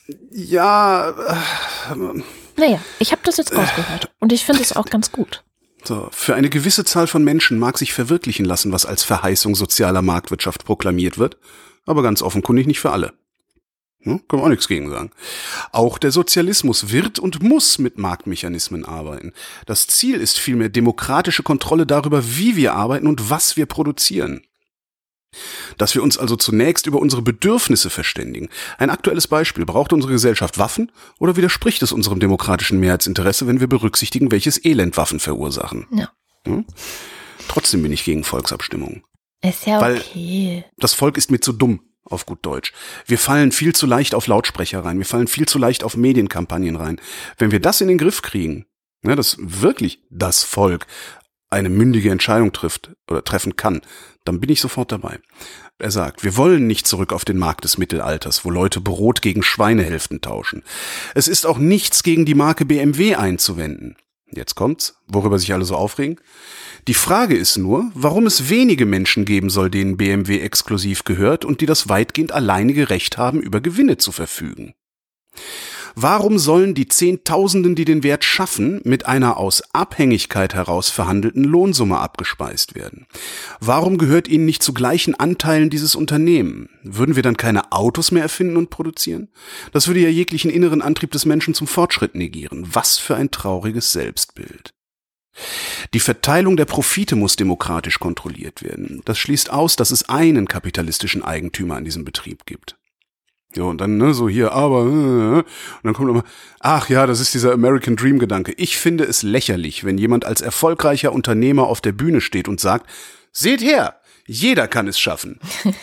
Ja. Naja, ich habe das jetzt rausgehört und ich finde es auch ganz gut. So, für eine gewisse Zahl von Menschen mag sich verwirklichen lassen, was als Verheißung sozialer Marktwirtschaft proklamiert wird, aber ganz offenkundig nicht für alle. Können wir auch nichts gegen sagen. Auch der Sozialismus wird und muss mit Marktmechanismen arbeiten. Das Ziel ist vielmehr demokratische Kontrolle darüber, wie wir arbeiten und was wir produzieren. Dass wir uns also zunächst über unsere Bedürfnisse verständigen. Ein aktuelles Beispiel: Braucht unsere Gesellschaft Waffen oder widerspricht es unserem demokratischen Mehrheitsinteresse, wenn wir berücksichtigen, welches Elend Waffen verursachen? Ja. Trotzdem bin ich gegen Volksabstimmungen. Ist ja okay. Weil das Volk ist mir zu dumm, auf gut Deutsch. Wir fallen viel zu leicht auf Lautsprecher rein. Wir fallen viel zu leicht auf Medienkampagnen rein. Wenn wir das in den Griff kriegen, dass wirklich das Volk eine mündige Entscheidung trifft oder treffen kann, dann bin ich sofort dabei. Er sagt, wir wollen nicht zurück auf den Markt des Mittelalters, wo Leute Brot gegen Schweinehälften tauschen. Es ist auch nichts gegen die Marke BMW einzuwenden. Jetzt kommt's, worüber sich alle so aufregen. Die Frage ist nur, warum es wenige Menschen geben soll, denen BMW exklusiv gehört und die das weitgehend alleinige Recht haben, über Gewinne zu verfügen. Warum sollen die Zehntausenden, die den Wert schaffen, mit einer aus Abhängigkeit heraus verhandelten Lohnsumme abgespeist werden? Warum gehört ihnen nicht zu gleichen Anteilen dieses Unternehmen? Würden wir dann keine Autos mehr erfinden und produzieren? Das würde ja jeglichen inneren Antrieb des Menschen zum Fortschritt negieren. Was für ein trauriges Selbstbild. Die Verteilung der Profite muss demokratisch kontrolliert werden. Das schließt aus, dass es einen kapitalistischen Eigentümer an diesem Betrieb gibt. Ja, und dann, so hier, aber, und dann kommt immer, ach ja, das ist dieser American Dream Gedanke. Ich finde es lächerlich, wenn jemand als erfolgreicher Unternehmer auf der Bühne steht und sagt, seht her, jeder kann es schaffen.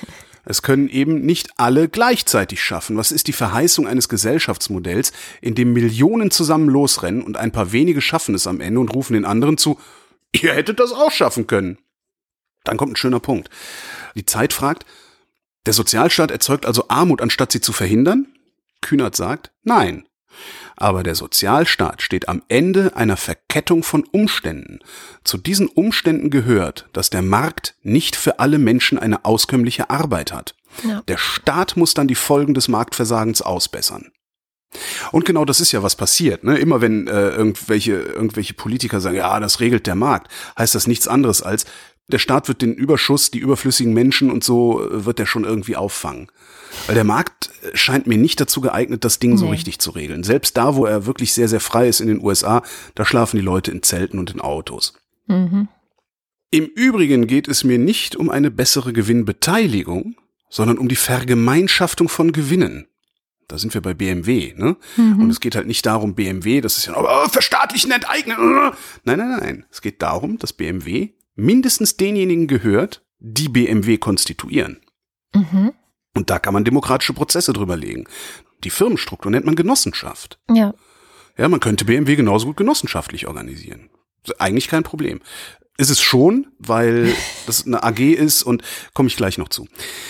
Es können eben nicht alle gleichzeitig schaffen. Was ist die Verheißung eines Gesellschaftsmodells, in dem Millionen zusammen losrennen und ein paar wenige schaffen es am Ende und rufen den anderen zu, ihr hättet das auch schaffen können. Dann kommt ein schöner Punkt. Die Zeit fragt, der Sozialstaat erzeugt also Armut, anstatt sie zu verhindern? Kühnert sagt, nein. Aber der Sozialstaat steht am Ende einer Verkettung von Umständen. Zu diesen Umständen gehört, dass der Markt nicht für alle Menschen eine auskömmliche Arbeit hat. Ja. Der Staat muss dann die Folgen des Marktversagens ausbessern. Und genau das ist ja, was passiert. Ne? Immer wenn irgendwelche Politiker sagen, ja, das regelt der Markt, heißt das nichts anderes als, der Staat wird den Überschuss, die überflüssigen Menschen und so wird der schon irgendwie auffangen. Weil der Markt scheint mir nicht dazu geeignet, das Ding so richtig zu regeln. Selbst da, wo er wirklich sehr, sehr frei ist in den USA, da schlafen die Leute in Zelten und in Autos. Mhm. Im Übrigen geht es mir nicht um eine bessere Gewinnbeteiligung, sondern um die Vergemeinschaftung von Gewinnen. Da sind wir bei BMW, ne? Mhm. Und es geht halt nicht darum, BMW, das ist ja verstaatlichen, enteignen. Nein. Es geht darum, dass BMW mindestens denjenigen gehört, die BMW konstituieren. Mhm. Und da kann man demokratische Prozesse drüber legen. Die Firmenstruktur nennt man Genossenschaft. Ja. Ja, man könnte BMW genauso gut genossenschaftlich organisieren. Eigentlich kein Problem. Ist es schon, weil das eine AG ist und komme ich gleich noch zu.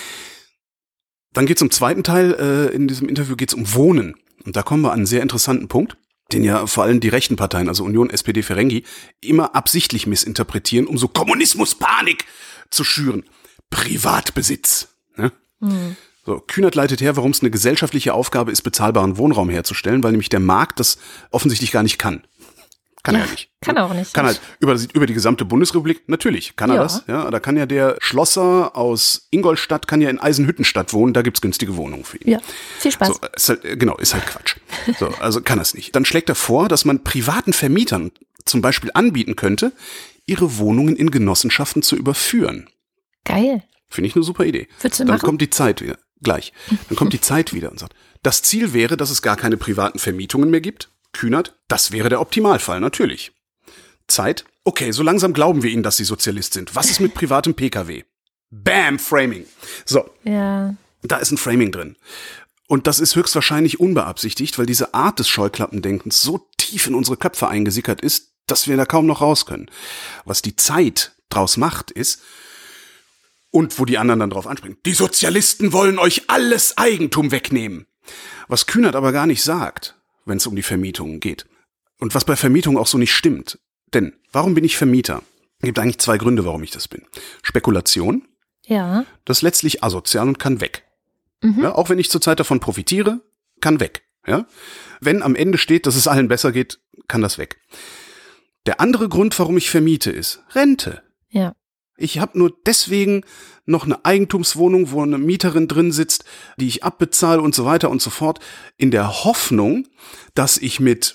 Dann geht es im zweiten Teil, in diesem Interview geht es um Wohnen. Und da kommen wir an einen sehr interessanten Punkt, den ja vor allem die rechten Parteien, also Union, SPD, Ferengi, immer absichtlich missinterpretieren, um so Kommunismuspanik zu schüren. Privatbesitz. Ne? Mhm. So, Kühnert leitet her, warum es eine gesellschaftliche Aufgabe ist, bezahlbaren Wohnraum herzustellen, weil nämlich der Markt das offensichtlich gar nicht kann. Kann er nicht. Kann er auch nicht. Kann halt über die gesamte Bundesrepublik, natürlich kann er das. Ja, da kann ja der Schlosser aus Ingolstadt, kann ja in Eisenhüttenstadt wohnen, da gibt's günstige Wohnungen für ihn. Ja, viel Spaß. So, ist halt Quatsch. So, also kann er es nicht. Dann schlägt er vor, dass man privaten Vermietern zum Beispiel anbieten könnte, ihre Wohnungen in Genossenschaften zu überführen. Geil. Finde ich eine super Idee. Würdest du Dann machen? Kommt die Zeit wieder. Gleich. Dann kommt die Zeit wieder und sagt, das Ziel wäre, dass es gar keine privaten Vermietungen mehr gibt. Kühnert, das wäre der Optimalfall, natürlich. Zeit, okay, so langsam glauben wir Ihnen, dass Sie Sozialist sind. Was ist mit privatem Pkw? Bam, Framing. So, ja. Da ist ein Framing drin. Und das ist höchstwahrscheinlich unbeabsichtigt, weil diese Art des Scheuklappendenkens so tief in unsere Köpfe eingesickert ist, dass wir da kaum noch raus können. Was die Zeit draus macht, ist, und wo die anderen dann drauf anspringen, die Sozialisten wollen euch alles Eigentum wegnehmen. Was Kühnert aber gar nicht sagt, wenn es um die Vermietungen geht. Und was bei Vermietung auch so nicht stimmt. Denn, warum bin ich Vermieter? Es gibt eigentlich zwei Gründe, warum ich das bin. Spekulation. Ja. Das ist letztlich asozial und kann weg. Mhm. Ja, auch wenn ich zurzeit davon profitiere, kann weg. Ja? Wenn am Ende steht, dass es allen besser geht, kann das weg. Der andere Grund, warum ich vermiete, ist Rente. Ja. Ich habe nur deswegen noch eine Eigentumswohnung, wo eine Mieterin drin sitzt, die ich abbezahle und so weiter und so fort, in der Hoffnung, dass ich mit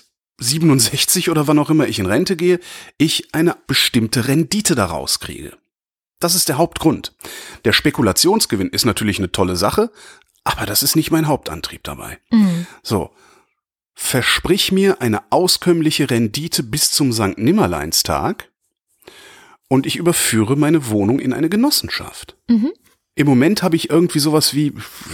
67 oder wann auch immer ich in Rente gehe, ich eine bestimmte Rendite daraus kriege. Das ist der Hauptgrund. Der Spekulationsgewinn ist natürlich eine tolle Sache, aber das ist nicht mein Hauptantrieb dabei. Mhm. So, versprich mir eine auskömmliche Rendite bis zum Sankt Nimmerleinstag, und ich überführe meine Wohnung in eine Genossenschaft. Mhm. Im Moment habe ich irgendwie sowas wie,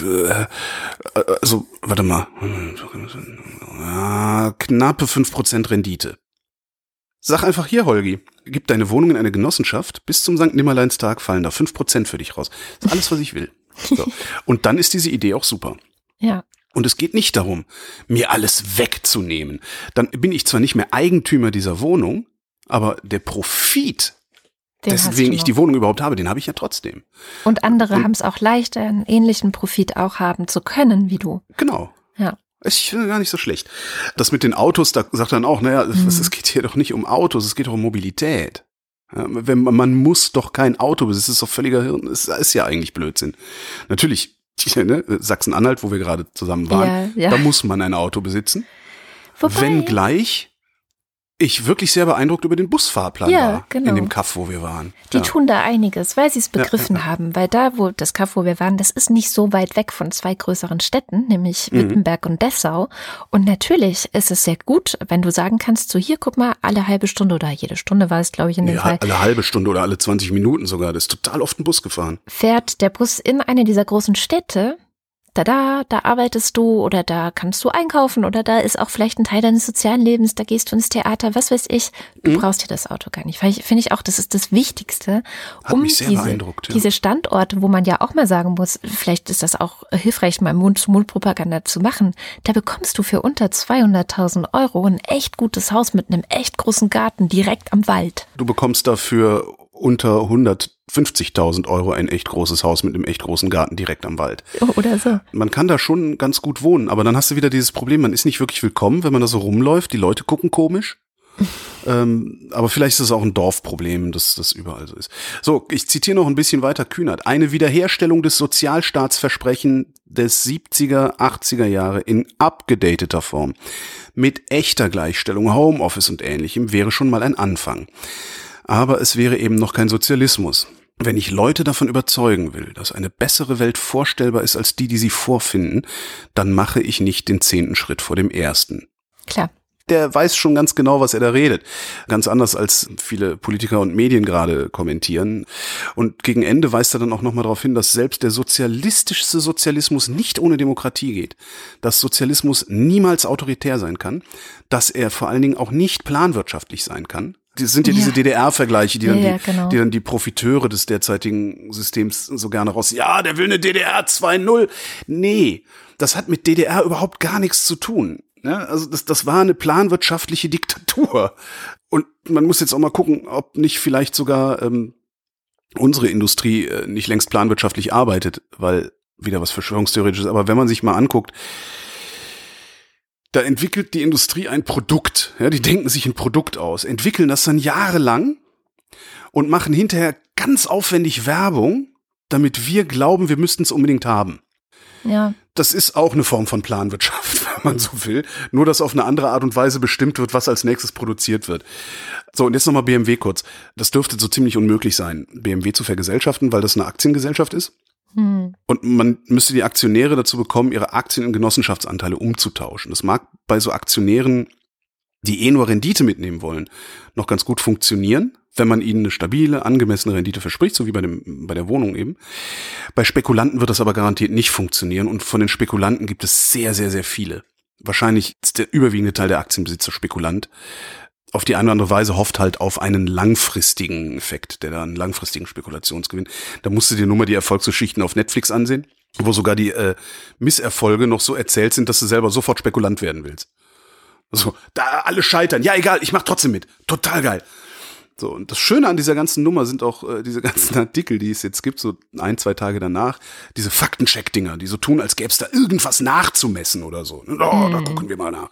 knappe 5% Rendite. Sag einfach hier, Holgi, gib deine Wohnung in eine Genossenschaft, bis zum Sankt Nimmerleinstag fallen da 5% für dich raus. Das ist alles, was ich will. So. Und dann ist diese Idee auch super. Ja. Und es geht nicht darum, mir alles wegzunehmen. Dann bin ich zwar nicht mehr Eigentümer dieser Wohnung, aber der Profit, deswegen ich die Wohnung überhaupt habe, den habe ich ja trotzdem. Und andere haben es auch leichter, einen ähnlichen Profit auch haben zu können wie du. Genau. Ja. Ich finde gar nicht so schlecht. Das mit den Autos, da sagt er dann auch, naja, es geht hier doch nicht um Autos, es geht doch um Mobilität. Ja, man muss doch kein Auto besitzen, das ist doch völliger Hirn, es ist ja eigentlich Blödsinn. Natürlich, ne, Sachsen-Anhalt, wo wir gerade zusammen waren, da muss man ein Auto besitzen. Wenngleich ich wirklich sehr beeindruckt über den Busfahrplan war, genau. in dem Kaff, wo wir waren. Die tun da einiges, weil sie es begriffen haben, weil da, wo das Kaff, wo wir waren, das ist nicht so weit weg von 2 größeren Städten, nämlich Wittenberg und Dessau. Und natürlich ist es sehr gut, wenn du sagen kannst, so hier, guck mal, alle halbe Stunde oder jede Stunde war es, glaube ich, in dem Fall. Alle halbe Stunde oder alle 20 Minuten sogar, das ist total oft ein Bus gefahren. Fährt der Bus in eine dieser großen Städte, da arbeitest du oder da kannst du einkaufen oder da ist auch vielleicht ein Teil deines sozialen Lebens, da gehst du ins Theater, was weiß ich. Du brauchst dir das Auto gar nicht. Finde ich auch, das ist das Wichtigste, um diese Standorte, wo man ja auch mal sagen muss, vielleicht ist das auch hilfreich, mal Mund-zu-Mund-Propaganda zu machen, da bekommst du für unter 200.000 € ein echt gutes Haus mit einem echt großen Garten direkt am Wald. Du bekommst dafür unter 150.000 € ein echt großes Haus mit einem echt großen Garten direkt am Wald. Oder so. Man kann da schon ganz gut wohnen, aber dann hast du wieder dieses Problem, man ist nicht wirklich willkommen, wenn man da so rumläuft, die Leute gucken komisch. Aber vielleicht ist es auch ein Dorfproblem, dass das überall so ist. So, ich zitiere noch ein bisschen weiter Kühnert. Eine Wiederherstellung des Sozialstaatsversprechen des 70er, 80er Jahre in abgedateter Form mit echter Gleichstellung, Homeoffice und Ähnlichem wäre schon mal ein Anfang. Aber es wäre eben noch kein Sozialismus. Wenn ich Leute davon überzeugen will, dass eine bessere Welt vorstellbar ist als die sie vorfinden, dann mache ich nicht den 10. Schritt vor dem 1. Klar. Der weiß schon ganz genau, was er da redet. Ganz anders, als viele Politiker und Medien gerade kommentieren. Und gegen Ende weist er dann auch nochmal darauf hin, dass selbst der sozialistischste Sozialismus nicht ohne Demokratie geht. Dass Sozialismus niemals autoritär sein kann. Dass er vor allen Dingen auch nicht planwirtschaftlich sein kann. Das sind ja diese DDR-Vergleiche, die dann die Profiteure des derzeitigen Systems so gerne raus. Ja, der will eine DDR 2.0. Nee, das hat mit DDR überhaupt gar nichts zu tun. Ja, also das war eine planwirtschaftliche Diktatur. Und man muss jetzt auch mal gucken, ob nicht vielleicht sogar unsere Industrie nicht längst planwirtschaftlich arbeitet, weil wieder was Verschwörungstheoretisches. Aber wenn man sich mal anguckt, da entwickelt die Industrie ein Produkt. Ja, die denken sich ein Produkt aus, entwickeln das dann jahrelang und machen hinterher ganz aufwendig Werbung, damit wir glauben, wir müssten es unbedingt haben. Ja. Das ist auch eine Form von Planwirtschaft, wenn man so will. Nur, dass auf eine andere Art und Weise bestimmt wird, was als nächstes produziert wird. So, und jetzt nochmal BMW kurz. Das dürfte so ziemlich unmöglich sein, BMW zu vergesellschaften, weil das eine Aktiengesellschaft ist. Und man müsste die Aktionäre dazu bekommen, ihre Aktien in Genossenschaftsanteile umzutauschen. Das mag bei so Aktionären, die nur Rendite mitnehmen wollen, noch ganz gut funktionieren, wenn man ihnen eine stabile, angemessene Rendite verspricht, so wie bei der Wohnung eben. Bei Spekulanten wird das aber garantiert nicht funktionieren und von den Spekulanten gibt es sehr, sehr, sehr viele. Wahrscheinlich ist der überwiegende Teil der Aktienbesitzer Spekulant. Auf die eine oder andere Weise hofft halt auf einen langfristigen Effekt, der da einen langfristigen Spekulationsgewinn. Da musst du dir nur mal die Erfolgsgeschichten auf Netflix ansehen, wo sogar die Misserfolge noch so erzählt sind, dass du selber sofort Spekulant werden willst. So, da alle scheitern. Ja, egal, ich mach trotzdem mit. Total geil. So, und das Schöne an dieser ganzen Nummer sind auch diese ganzen Artikel, die es jetzt gibt, so 1-2 Tage danach, diese Faktencheck-Dinger, die so tun, als gäbe es da irgendwas nachzumessen oder so. Oh, da gucken wir mal nach.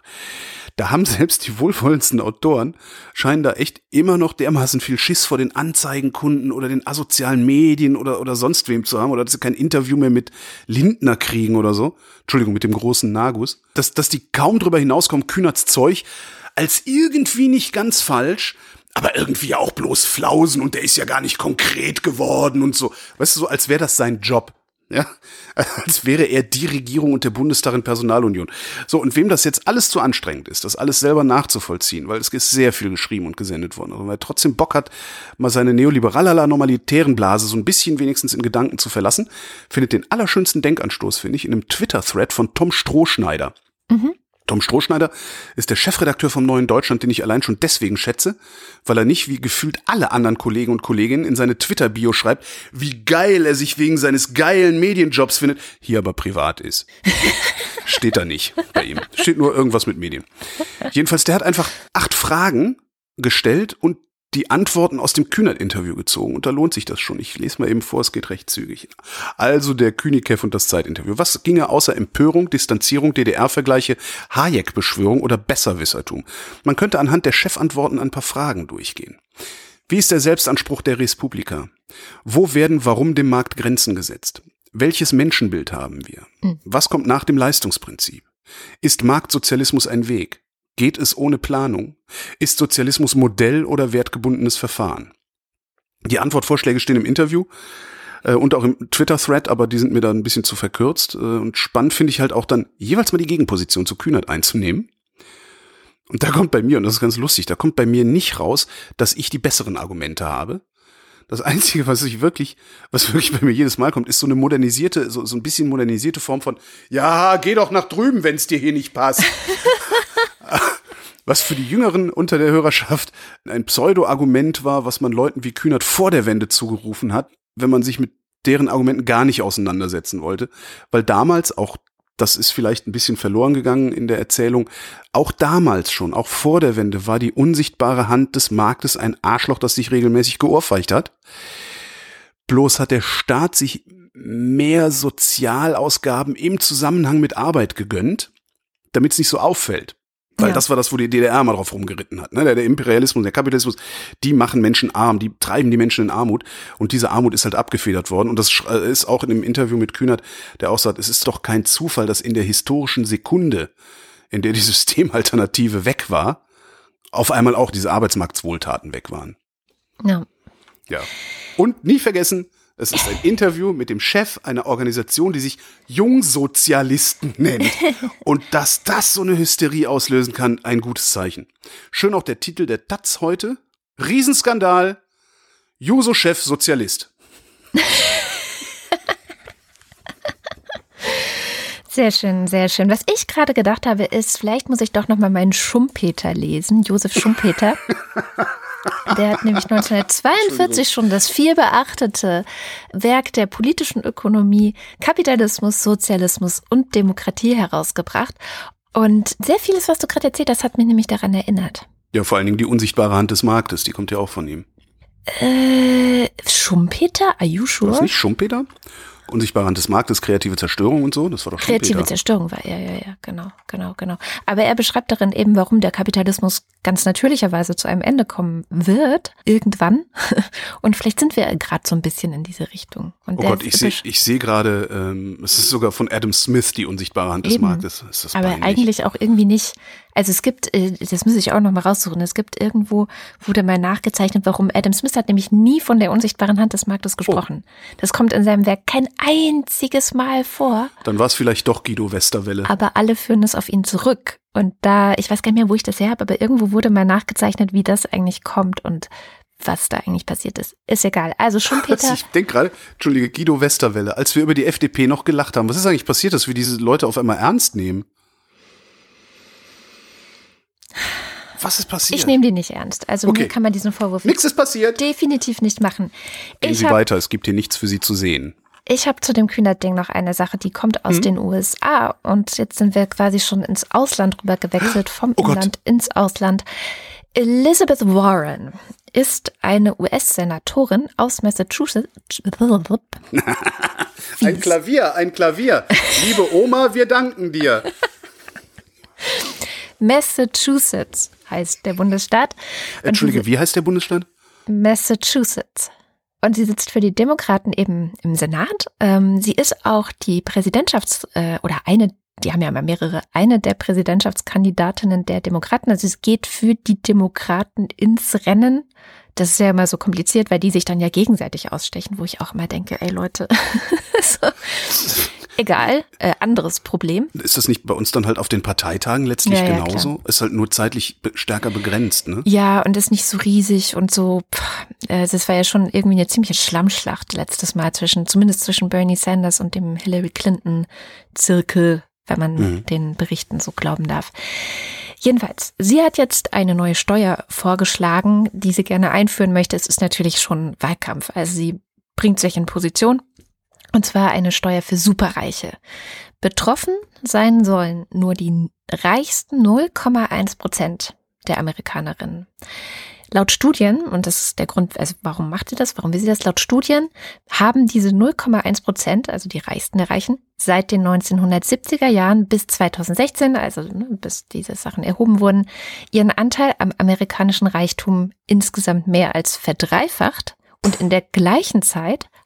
Da haben selbst die wohlwollendsten Autoren, scheinen da echt immer noch dermaßen viel Schiss vor den Anzeigenkunden oder den asozialen Medien oder sonst wem zu haben, oder dass sie kein Interview mehr mit Lindner kriegen oder so. Entschuldigung, mit dem großen Nagus. Dass die kaum drüber hinauskommen, Kühnerts Zeug als irgendwie nicht ganz falsch, aber irgendwie auch bloß Flausen und der ist ja gar nicht konkret geworden und so. Weißt du, so als wäre das sein Job. Ja, als wäre er die Regierung und der Bundestag in Personalunion. So, und wem das jetzt alles zu anstrengend ist, das alles selber nachzuvollziehen, weil es ist sehr viel geschrieben und gesendet worden, aber weil er trotzdem Bock hat, mal seine neoliberalala-normalitären Blase so ein bisschen wenigstens in Gedanken zu verlassen, findet den allerschönsten Denkanstoß, finde ich, in einem Twitter-Thread von Tom Strohschneider. Tom Strohschneider ist der Chefredakteur vom Neuen Deutschland, den ich allein schon deswegen schätze, weil er nicht wie gefühlt alle anderen Kollegen und Kolleginnen in seine Twitter-Bio schreibt, wie geil er sich wegen seines geilen Medienjobs findet, hier aber privat ist. Steht da nicht bei ihm. Steht nur irgendwas mit Medien. Jedenfalls, der hat einfach 8 Fragen gestellt und die Antworten aus dem Kühnert-Interview gezogen. Und da lohnt sich das schon. Ich lese mal eben vor, es geht recht zügig. Also der Kühnikev und das Zeit-Interview. Was ginge außer Empörung, Distanzierung, DDR-Vergleiche, Hayek-Beschwörung oder Besserwissertum? Man könnte anhand der Chefantworten ein paar Fragen durchgehen. Wie ist der Selbstanspruch der Respublika? Wo werden warum dem Markt Grenzen gesetzt? Welches Menschenbild haben wir? Was kommt nach dem Leistungsprinzip? Ist Marktsozialismus ein Weg? Geht es ohne Planung? Ist Sozialismus Modell oder wertgebundenes Verfahren? Die Antwortvorschläge stehen im Interview und auch im Twitter-Thread, aber die sind mir da ein bisschen zu verkürzt. Und spannend finde ich halt auch dann, jeweils mal die Gegenposition zu Kühnert einzunehmen. Und da kommt bei mir, und das ist ganz lustig, da kommt bei mir nicht raus, dass ich die besseren Argumente habe. Das Einzige, was wirklich bei mir jedes Mal kommt, ist so eine modernisierte, so ein bisschen modernisierte Form von, ja, geh doch nach drüben, wenn es dir hier nicht passt. Was für die Jüngeren unter der Hörerschaft ein Pseudo-Argument war, was man Leuten wie Kühnert vor der Wende zugerufen hat, wenn man sich mit deren Argumenten gar nicht auseinandersetzen wollte. Weil damals auch, das ist vielleicht ein bisschen verloren gegangen in der Erzählung, auch damals schon, auch vor der Wende, war die unsichtbare Hand des Marktes ein Arschloch, das sich regelmäßig geohrfeicht hat. Bloß hat der Staat sich mehr Sozialausgaben im Zusammenhang mit Arbeit gegönnt, damit es nicht so auffällt. Weil das war das, wo die DDR mal drauf rumgeritten hat. Ne? Der Imperialismus, der Kapitalismus, die machen Menschen arm, die treiben die Menschen in Armut. Und diese Armut ist halt abgefedert worden. Und das ist auch in dem Interview mit Kühnert, der auch sagt, es ist doch kein Zufall, dass in der historischen Sekunde, in der die Systemalternative weg war, auf einmal auch diese Arbeitsmarktswohltaten weg waren. Ja. Ja. Und nie vergessen, es ist ein Interview mit dem Chef einer Organisation, die sich Jungsozialisten nennt. Und dass das so eine Hysterie auslösen kann, ein gutes Zeichen. Schön auch der Titel der Taz heute. Riesenskandal. Juso-Chef Sozialist. Sehr schön, sehr schön. Was ich gerade gedacht habe, ist, vielleicht muss ich doch noch mal meinen Schumpeter lesen, Josef Schumpeter. Der hat nämlich 1942 schon das vielbeachtete Werk der politischen Ökonomie, Kapitalismus, Sozialismus und Demokratie herausgebracht. Und sehr vieles, was du gerade erzählt hast, hat mich nämlich daran erinnert. Ja, vor allen Dingen die unsichtbare Hand des Marktes, die kommt ja auch von ihm. Schumpeter? Are you sure? War das nicht Schumpeter? Unsichtbare Hand des Marktes, kreative Zerstörung und so, das war doch Schumpeter. Kreative Zerstörung war, ja, genau. Aber er beschreibt darin eben, warum der Kapitalismus ganz natürlicherweise zu einem Ende kommen wird, irgendwann. Und vielleicht sind wir gerade so ein bisschen in diese Richtung. Und oh Gott, ich sehe gerade, es ist sogar von Adam Smith, die unsichtbare Hand des Marktes. Ist das aber peinlich. eigentlich auch irgendwie nicht. Also es gibt, das muss ich auch noch mal raussuchen, es gibt irgendwo, wurde mal nachgezeichnet, warum Adam Smith hat nämlich nie von der unsichtbaren Hand des Marktes gesprochen. Das kommt in seinem Werk kein einziges Mal vor. Dann war es vielleicht doch Guido Westerwelle. Aber alle führen es auf ihn zurück. Und da, ich weiß gar nicht mehr, wo ich das her habe, aber irgendwo wurde mal nachgezeichnet, wie das eigentlich kommt und was da eigentlich passiert ist. Ist egal. Also Schumpeter. Ich denke gerade, Entschuldige, Guido Westerwelle, als wir über die FDP noch gelacht haben, was ist eigentlich passiert, dass wir diese Leute auf einmal ernst nehmen? Was ist passiert? Ich nehme die nicht ernst. Also mir kann man diesen Vorwurf nichts ist passiert. Definitiv nicht machen. Gehen Sie weiter, es gibt hier nichts für Sie zu sehen. Ich habe zu dem Kühnert-Ding noch eine Sache, die kommt aus den USA. Und jetzt sind wir quasi schon ins Ausland rüber gewechselt, vom Inland ins Ausland. Elizabeth Warren ist eine US-Senatorin aus Massachusetts. Ein Klavier. Liebe Oma, wir danken dir. Massachusetts heißt der Bundesstaat. Entschuldige, wie heißt der Bundesstaat? Massachusetts. Und sie sitzt für die Demokraten eben im Senat. Sie ist auch die die haben ja immer mehrere, eine der Präsidentschaftskandidatinnen der Demokraten. Also es geht für die Demokraten ins Rennen. Das ist ja immer so kompliziert, weil die sich dann ja gegenseitig ausstechen, wo ich auch immer denke, ey Leute, so. Egal, anderes Problem. Ist das nicht bei uns dann halt auf den Parteitagen letztlich genauso? Klar. Ist halt nur zeitlich stärker begrenzt, ne? Ja, und ist nicht so riesig und so. Das war ja schon irgendwie eine ziemliche Schlammschlacht letztes Mal zumindest zwischen Bernie Sanders und dem Hillary Clinton-Zirkel, wenn man den Berichten so glauben darf. Jedenfalls, sie hat jetzt eine neue Steuer vorgeschlagen, die sie gerne einführen möchte. Es ist natürlich schon Wahlkampf. Also sie bringt sich in Position. Und zwar eine Steuer für Superreiche. Betroffen sein sollen nur die reichsten 0,1% der Amerikanerinnen. Laut Studien, und das ist der Grund, also warum macht sie das, warum will sie das? Laut Studien haben diese 0,1%, also die Reichsten der Reichen, seit den 1970er Jahren bis 2016, also bis diese Sachen erhoben wurden, ihren Anteil am amerikanischen Reichtum insgesamt mehr als verdreifacht. Und in der gleichen Zeit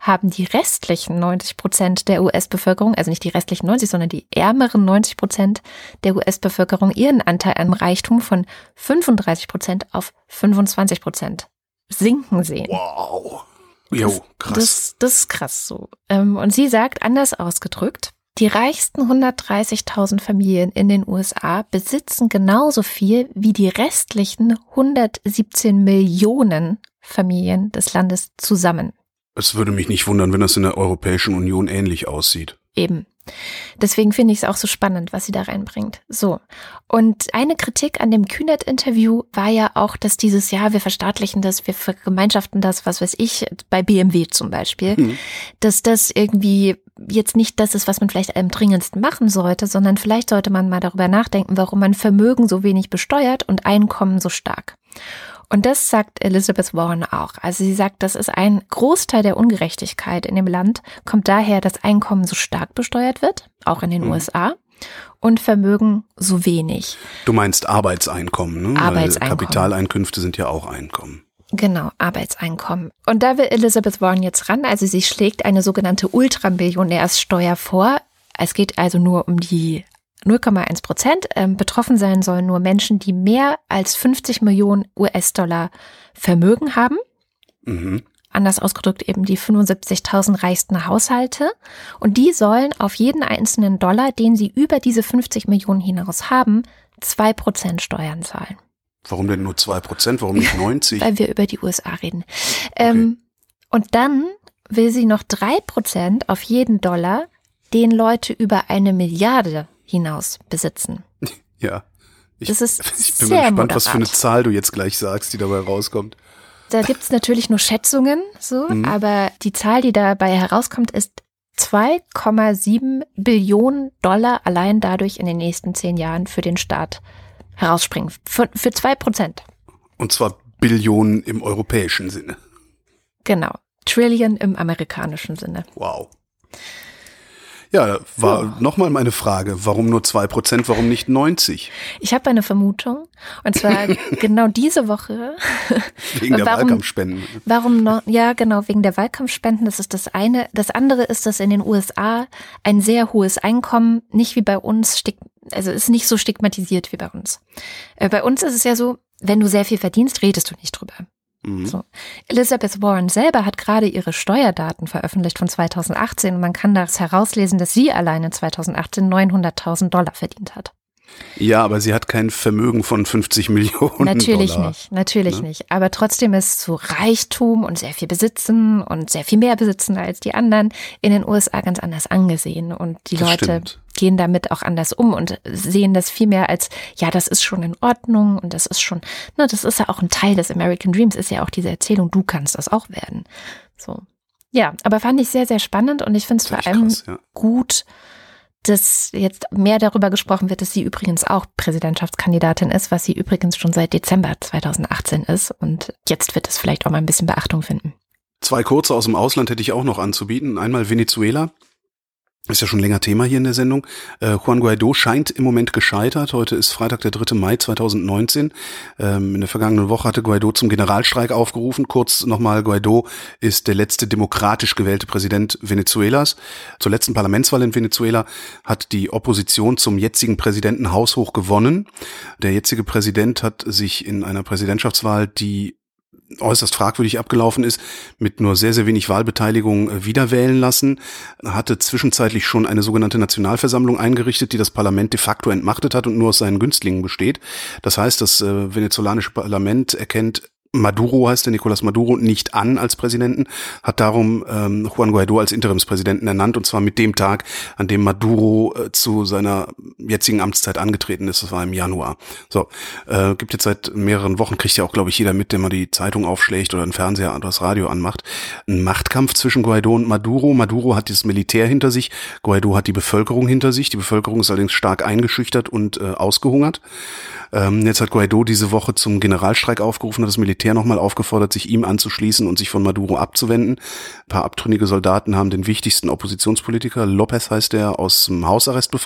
haben die restlichen 90% der US-Bevölkerung, also nicht die restlichen 90, sondern die ärmeren 90% der US-Bevölkerung ihren Anteil am Reichtum von 35% auf 25% sinken sehen. Wow. Jo, krass. Das ist krass so. Und sie sagt, anders ausgedrückt, die reichsten 130.000 Familien in den USA besitzen genauso viel wie die restlichen 117 Millionen Familien des Landes zusammen. Es würde mich nicht wundern, wenn das in der Europäischen Union ähnlich aussieht. Eben. Deswegen finde ich es auch so spannend, was sie da reinbringt. So. Und eine Kritik an dem Kühnert-Interview war ja auch, dass dieses Jahr, wir verstaatlichen das, wir vergemeinschaften das, was weiß ich, bei BMW zum Beispiel, dass das irgendwie jetzt nicht das ist, was man vielleicht am dringendsten machen sollte, sondern vielleicht sollte man mal darüber nachdenken, warum man Vermögen so wenig besteuert und Einkommen so stark. Und das sagt Elizabeth Warren auch. Also sie sagt, das ist ein Großteil der Ungerechtigkeit in dem Land, kommt daher, dass Einkommen so stark besteuert wird, auch in den USA, und Vermögen so wenig. Du meinst Arbeitseinkommen, ne? Arbeitseinkommen. Weil Kapitaleinkünfte sind ja auch Einkommen. Genau, Arbeitseinkommen. Und da will Elizabeth Warren jetzt ran. Also sie schlägt eine sogenannte Ultramillionärssteuer vor. Es geht also nur um die 0,1%. Betroffen sein sollen nur Menschen, die mehr als 50 Millionen US-Dollar Vermögen haben. Anders ausgedrückt eben die 75.000 reichsten Haushalte. Und die sollen auf jeden einzelnen Dollar, den sie über diese 50 Millionen hinaus haben, 2% Steuern zahlen. Warum denn nur 2%? Warum nicht 90%? Weil wir über die USA reden. Okay. Und dann will sie noch 3% auf jeden Dollar, den Leute über 1 Milliarde hinaus besitzen. Ja. Ich bin sehr mal gespannt, moderat. was für eine Zahl du jetzt gleich sagst, die dabei rauskommt. Da gibt's natürlich nur Schätzungen, so, aber die Zahl, die dabei herauskommt, ist 2,7 Billionen Dollar allein dadurch in den nächsten 10 Jahren für den Staat herausspringen. Für 2%. Und zwar Billionen im europäischen Sinne. Genau. Trillion im amerikanischen Sinne. Wow. Ja, war nochmal meine Frage. Warum nur 2%? Warum nicht 90%? Ich habe eine Vermutung. Und zwar genau diese Woche. Wegen der Wahlkampfspenden. Warum noch? Ja, genau, wegen der Wahlkampfspenden. Das ist das eine. Das andere ist, dass in den USA ein sehr hohes Einkommen nicht wie bei uns, also ist nicht so stigmatisiert wie bei uns. Bei uns ist es ja so, wenn du sehr viel verdienst, redest du nicht drüber. So. Elizabeth Warren selber hat gerade ihre Steuerdaten veröffentlicht von 2018 und man kann daraus herauslesen, dass sie alleine 2018 $900.000 verdient hat. Ja, aber sie hat kein Vermögen von 50 Millionen Natürlich Dollar. Natürlich nicht. Aber trotzdem ist so Reichtum und sehr viel besitzen und sehr viel mehr besitzen als die anderen in den USA ganz anders angesehen. Und die Das Leute stimmt. gehen damit auch anders um und sehen das viel mehr als, ja, das ist schon in Ordnung und das ist schon, das ist ja auch ein Teil des American Dreams, ist ja auch diese Erzählung, du kannst das auch werden. So. Ja, aber fand ich sehr, sehr spannend und ich finde es vor allem gut, dass jetzt mehr darüber gesprochen wird, dass sie übrigens auch Präsidentschaftskandidatin ist, was sie übrigens schon seit Dezember 2018 ist. Und jetzt wird es vielleicht auch mal ein bisschen Beachtung finden. 2 kurze aus dem Ausland hätte ich auch noch anzubieten. Einmal Venezuela. Ist ja schon länger Thema hier in der Sendung. Juan Guaidó scheint im Moment gescheitert. Heute ist Freitag, der 3. Mai 2019. In der vergangenen Woche hatte Guaidó zum Generalstreik aufgerufen. Kurz nochmal, Guaidó ist der letzte demokratisch gewählte Präsident Venezuelas. Zur letzten Parlamentswahl in Venezuela hat die Opposition zum jetzigen Präsidenten haushoch gewonnen. Der jetzige Präsident hat sich in einer Präsidentschaftswahl, die äußerst fragwürdig abgelaufen ist, mit nur sehr, sehr wenig Wahlbeteiligung wiederwählen lassen, hatte zwischenzeitlich schon eine sogenannte Nationalversammlung eingerichtet, die das Parlament de facto entmachtet hat und nur aus seinen Günstlingen besteht. Das heißt, das venezolanische Parlament erkennt Maduro, heißt der Nicolás Maduro, nicht an als Präsidenten, hat darum Juan Guaidó als Interimspräsidenten ernannt, und zwar mit dem Tag, an dem Maduro zu seiner jetzigen Amtszeit angetreten ist. Das war im Januar. So, gibt jetzt seit mehreren Wochen, kriegt ja auch, glaube ich, jeder mit, der mal die Zeitung aufschlägt oder den Fernseher oder das Radio anmacht, ein Machtkampf zwischen Guaidó und Maduro. Maduro hat das Militär hinter sich, Guaidó hat die Bevölkerung hinter sich. Die Bevölkerung ist allerdings stark eingeschüchtert und ausgehungert. Jetzt hat Guaidó diese Woche zum Generalstreik aufgerufen, hat das Militär nochmal aufgefordert, sich ihm anzuschließen und sich von Maduro abzuwenden. Ein paar abtrünnige Soldaten haben den wichtigsten Oppositionspolitiker, López heißt der, aus dem Hausarrest befreit.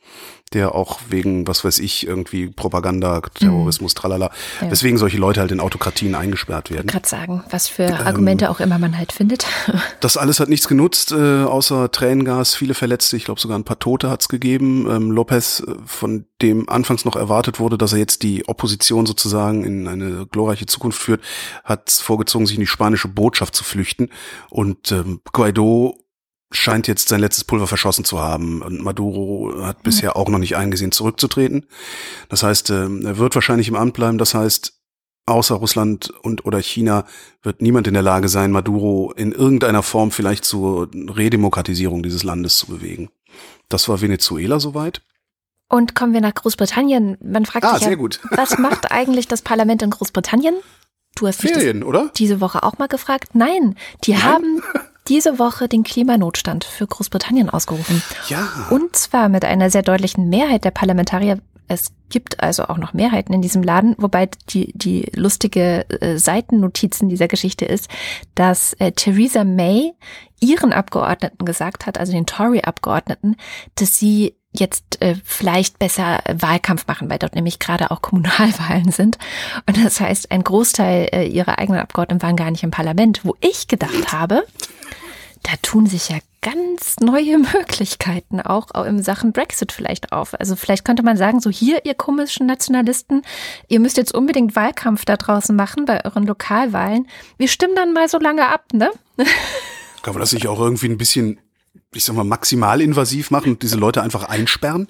der auch wegen, was weiß ich, irgendwie Propaganda, Terrorismus, tralala, weswegen solche Leute halt in Autokratien eingesperrt werden. Ich wollte gerade sagen, was für Argumente auch immer man halt findet. Das alles hat nichts genutzt, außer Tränengas, viele Verletzte, ich glaube sogar ein paar Tote hat's gegeben. López, von dem anfangs noch erwartet wurde, dass er jetzt die Opposition sozusagen in eine glorreiche Zukunft führt, hat vorgezogen, sich in die spanische Botschaft zu flüchten. Und Guaidó scheint jetzt sein letztes Pulver verschossen zu haben. Und Maduro hat bisher auch noch nicht eingesehen, zurückzutreten. Das heißt, er wird wahrscheinlich im Amt bleiben. Das heißt, außer Russland oder China wird niemand in der Lage sein, Maduro in irgendeiner Form vielleicht zur Redemokratisierung dieses Landes zu bewegen. Das war Venezuela soweit. Und kommen wir nach Großbritannien. Man fragt sich sehr gut. Was macht eigentlich das Parlament in Großbritannien? Du hast Ferien, oder? Diese Woche auch mal gefragt. Nein, die haben diese Woche den Klimanotstand für Großbritannien ausgerufen. Ja. Und zwar mit einer sehr deutlichen Mehrheit der Parlamentarier. Es gibt also auch noch Mehrheiten in diesem Laden, wobei die lustige Seitennotizen dieser Geschichte ist, dass Theresa May ihren Abgeordneten gesagt hat, also den Tory-Abgeordneten, dass sie jetzt vielleicht besser Wahlkampf machen, weil dort nämlich gerade auch Kommunalwahlen sind. Und das heißt, ein Großteil ihrer eigenen Abgeordneten waren gar nicht im Parlament, wo ich gedacht habe, da tun sich ja ganz neue Möglichkeiten auch in Sachen Brexit vielleicht auf. Also vielleicht könnte man sagen, so hier, ihr komischen Nationalisten, ihr müsst jetzt unbedingt Wahlkampf da draußen machen bei euren Lokalwahlen. Wir stimmen dann mal so lange ab, ne? Kann man das nicht auch irgendwie ein bisschen, ich sag mal, maximal invasiv machen und diese Leute einfach einsperren?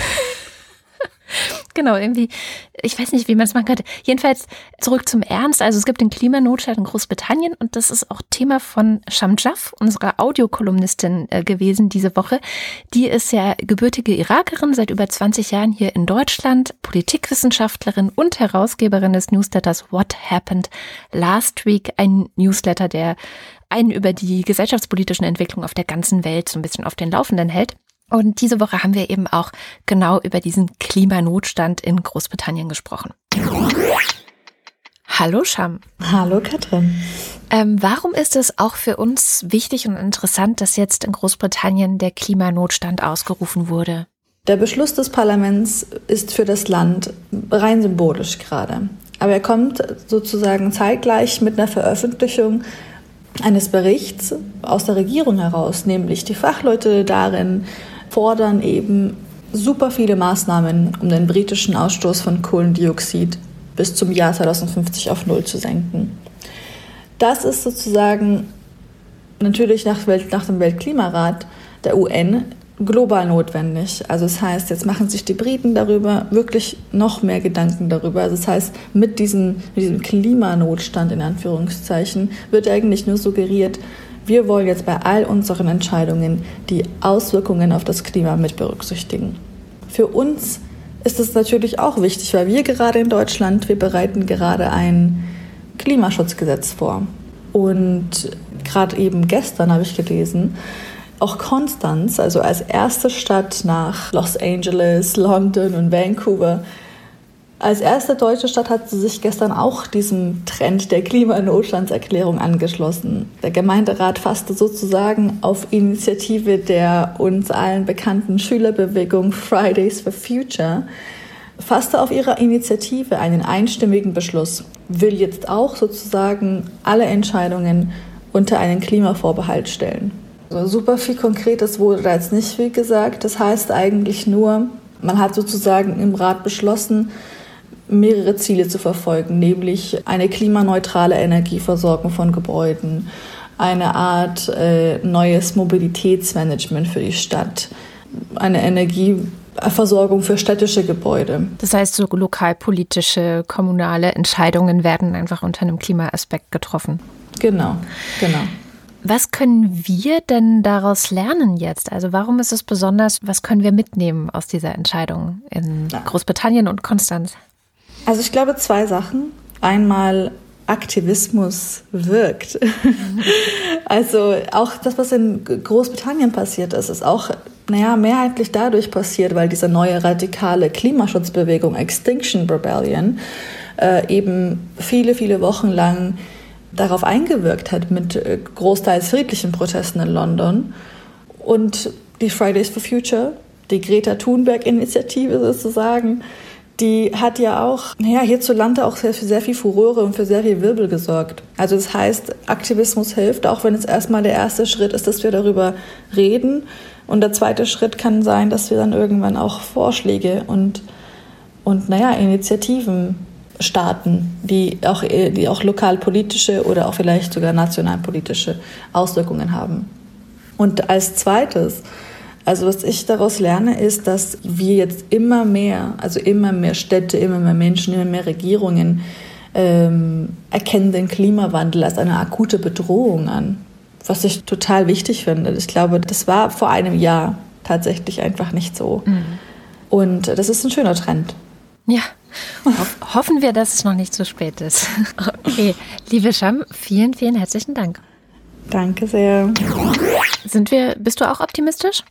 Genau, irgendwie, ich weiß nicht, wie man es machen könnte. Jedenfalls zurück zum Ernst. Also es gibt den Klimanotstand in Großbritannien und das ist auch Thema von Sham Jaff, unserer Audiokolumnistin gewesen diese Woche. Die ist ja gebürtige Irakerin, seit über 20 Jahren hier in Deutschland, Politikwissenschaftlerin und Herausgeberin des Newsletters What Happened Last Week, ein Newsletter, der einen über die gesellschaftspolitischen Entwicklungen auf der ganzen Welt so ein bisschen auf den Laufenden hält. Und diese Woche haben wir eben auch genau über diesen Klimanotstand in Großbritannien gesprochen. Hallo Sham. Hallo Katrin. Warum ist es auch für uns wichtig und interessant, dass jetzt in Großbritannien der Klimanotstand ausgerufen wurde? Der Beschluss des Parlaments ist für das Land rein symbolisch gerade. Aber er kommt sozusagen zeitgleich mit einer Veröffentlichung eines Berichts aus der Regierung heraus, nämlich die Fachleute darin fordern eben super viele Maßnahmen, um den britischen Ausstoß von Kohlendioxid bis zum Jahr 2050 auf Null zu senken. Das ist sozusagen natürlich nach dem Weltklimarat der UN global notwendig. Also das heißt, jetzt machen sich die Briten darüber wirklich noch mehr Gedanken darüber. Also das heißt, mit diesem Klimanotstand in Anführungszeichen wird eigentlich nur suggeriert, wir wollen jetzt bei all unseren Entscheidungen die Auswirkungen auf das Klima mit berücksichtigen. Für uns ist es natürlich auch wichtig, weil wir gerade in Deutschland, wir bereiten gerade ein Klimaschutzgesetz vor. Und gerade eben gestern habe ich gelesen, auch Konstanz, also als erste Stadt nach Los Angeles, London und Vancouver, als erste deutsche Stadt hat sie sich gestern auch diesem Trend der Klimanotstandserklärung angeschlossen. Der Gemeinderat fasste sozusagen auf Initiative der uns allen bekannten Schülerbewegung Fridays for Future, fasste auf ihrer Initiative einen einstimmigen Beschluss, will jetzt auch sozusagen alle Entscheidungen unter einen Klimavorbehalt stellen. Also super viel Konkretes wurde da jetzt nicht viel gesagt. Das heißt eigentlich nur, man hat sozusagen im Rat beschlossen, mehrere Ziele zu verfolgen, nämlich eine klimaneutrale Energieversorgung von Gebäuden, eine Art neues Mobilitätsmanagement für die Stadt, eine Energieversorgung für städtische Gebäude. Das heißt, so lokalpolitische, kommunale Entscheidungen werden einfach unter einem Klimaaspekt getroffen. Genau. Was können wir denn daraus lernen jetzt? Also warum ist es besonders, was können wir mitnehmen aus dieser Entscheidung in Großbritannien und Konstanz? Also ich glaube 2 Sachen. Einmal, Aktivismus wirkt. Also auch das, was in Großbritannien passiert ist auch mehrheitlich dadurch passiert, weil diese neue radikale Klimaschutzbewegung Extinction Rebellion eben viele, viele Wochen lang darauf eingewirkt hat mit großteils friedlichen Protesten in London. Und die Fridays for Future, Die Greta Thunberg-Initiative sozusagen, die hat ja auch hierzulande auch für sehr viel Furore und für sehr viel Wirbel gesorgt. Also das heißt, Aktivismus hilft, auch wenn es erstmal der erste Schritt ist, dass wir darüber reden. Und der zweite Schritt kann sein, dass wir dann irgendwann auch Vorschläge und Initiativen starten, die auch lokalpolitische oder auch vielleicht sogar nationalpolitische Auswirkungen haben. Und als zweites, also was ich daraus lerne, ist, dass wir jetzt immer mehr Städte, immer mehr Menschen, immer mehr Regierungen erkennen den Klimawandel als eine akute Bedrohung an, was ich total wichtig finde. Ich glaube, das war vor einem Jahr tatsächlich einfach nicht so. Mhm. Und das ist ein schöner Trend. Ja, hoffen wir, dass es noch nicht zu spät ist. Okay, liebe Sham, vielen, vielen herzlichen Dank. Danke sehr. Bist du auch optimistisch?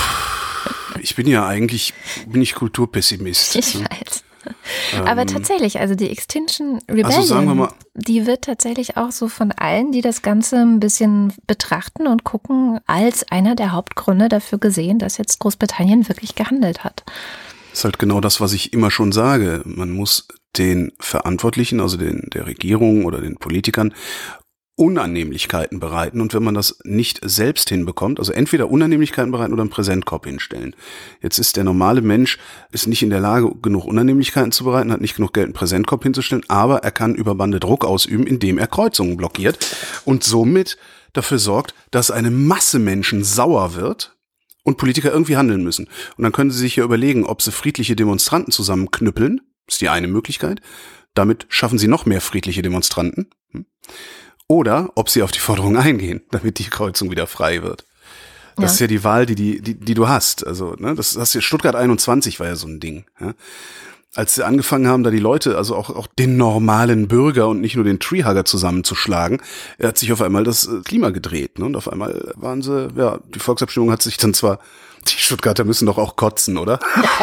Ich bin ja eigentlich Kulturpessimist. Ich weiß. Aber tatsächlich, also die Extinction Rebellion, also sagen wir mal, die wird tatsächlich auch so von allen, die das Ganze ein bisschen betrachten und gucken, als einer der Hauptgründe dafür gesehen, dass jetzt Großbritannien wirklich gehandelt hat. Das ist halt genau das, was ich immer schon sage. Man muss den Verantwortlichen, also der Regierung oder den Politikern, Unannehmlichkeiten bereiten. Und wenn man das nicht selbst hinbekommt, also entweder Unannehmlichkeiten bereiten oder einen Präsentkorb hinstellen. Jetzt ist der normale Mensch ist nicht in der Lage, genug Unannehmlichkeiten zu bereiten, hat nicht genug Geld, einen Präsentkorb hinzustellen, aber er kann über Bande Druck ausüben, indem er Kreuzungen blockiert und somit dafür sorgt, dass eine Masse Menschen sauer wird und Politiker irgendwie handeln müssen. Und dann können sie sich ja überlegen, ob sie friedliche Demonstranten zusammenknüppeln. Das ist die eine Möglichkeit. Damit schaffen sie noch mehr friedliche Demonstranten. Oder ob sie auf die Forderung eingehen, damit die Kreuzung wieder frei wird. Das ist ja die Wahl, die du hast. Also, ne, das hast ja Stuttgart 21 war ja so ein Ding. Ja. Als sie angefangen haben, da die Leute, also auch den normalen Bürger und nicht nur den Treehugger zusammenzuschlagen, hat sich auf einmal das Klima gedreht. Ne? Und auf einmal waren sie, die Volksabstimmung hat sich dann zwar, die Stuttgarter müssen doch auch kotzen, oder?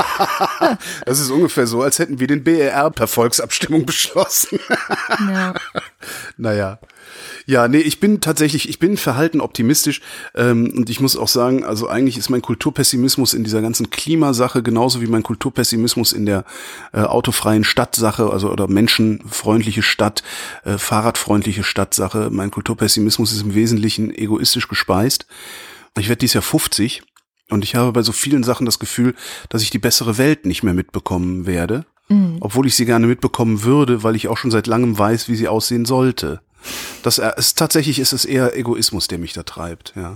Das ist ungefähr so, als hätten wir den BER per Volksabstimmung beschlossen. Ja. Naja. Ja, nee, ich bin verhalten optimistisch und ich muss auch sagen, also eigentlich ist mein Kulturpessimismus in dieser ganzen Klimasache genauso wie mein Kulturpessimismus in der autofreien Stadtsache, also oder menschenfreundliche Stadt, fahrradfreundliche Stadtsache. Mein Kulturpessimismus ist im Wesentlichen egoistisch gespeist. Ich werde dieses Jahr 50 und ich habe bei so vielen Sachen das Gefühl, dass ich die bessere Welt nicht mehr mitbekommen werde, obwohl ich sie gerne mitbekommen würde, weil ich auch schon seit langem weiß, wie sie aussehen sollte. Tatsächlich ist es eher Egoismus, der mich da treibt, ja.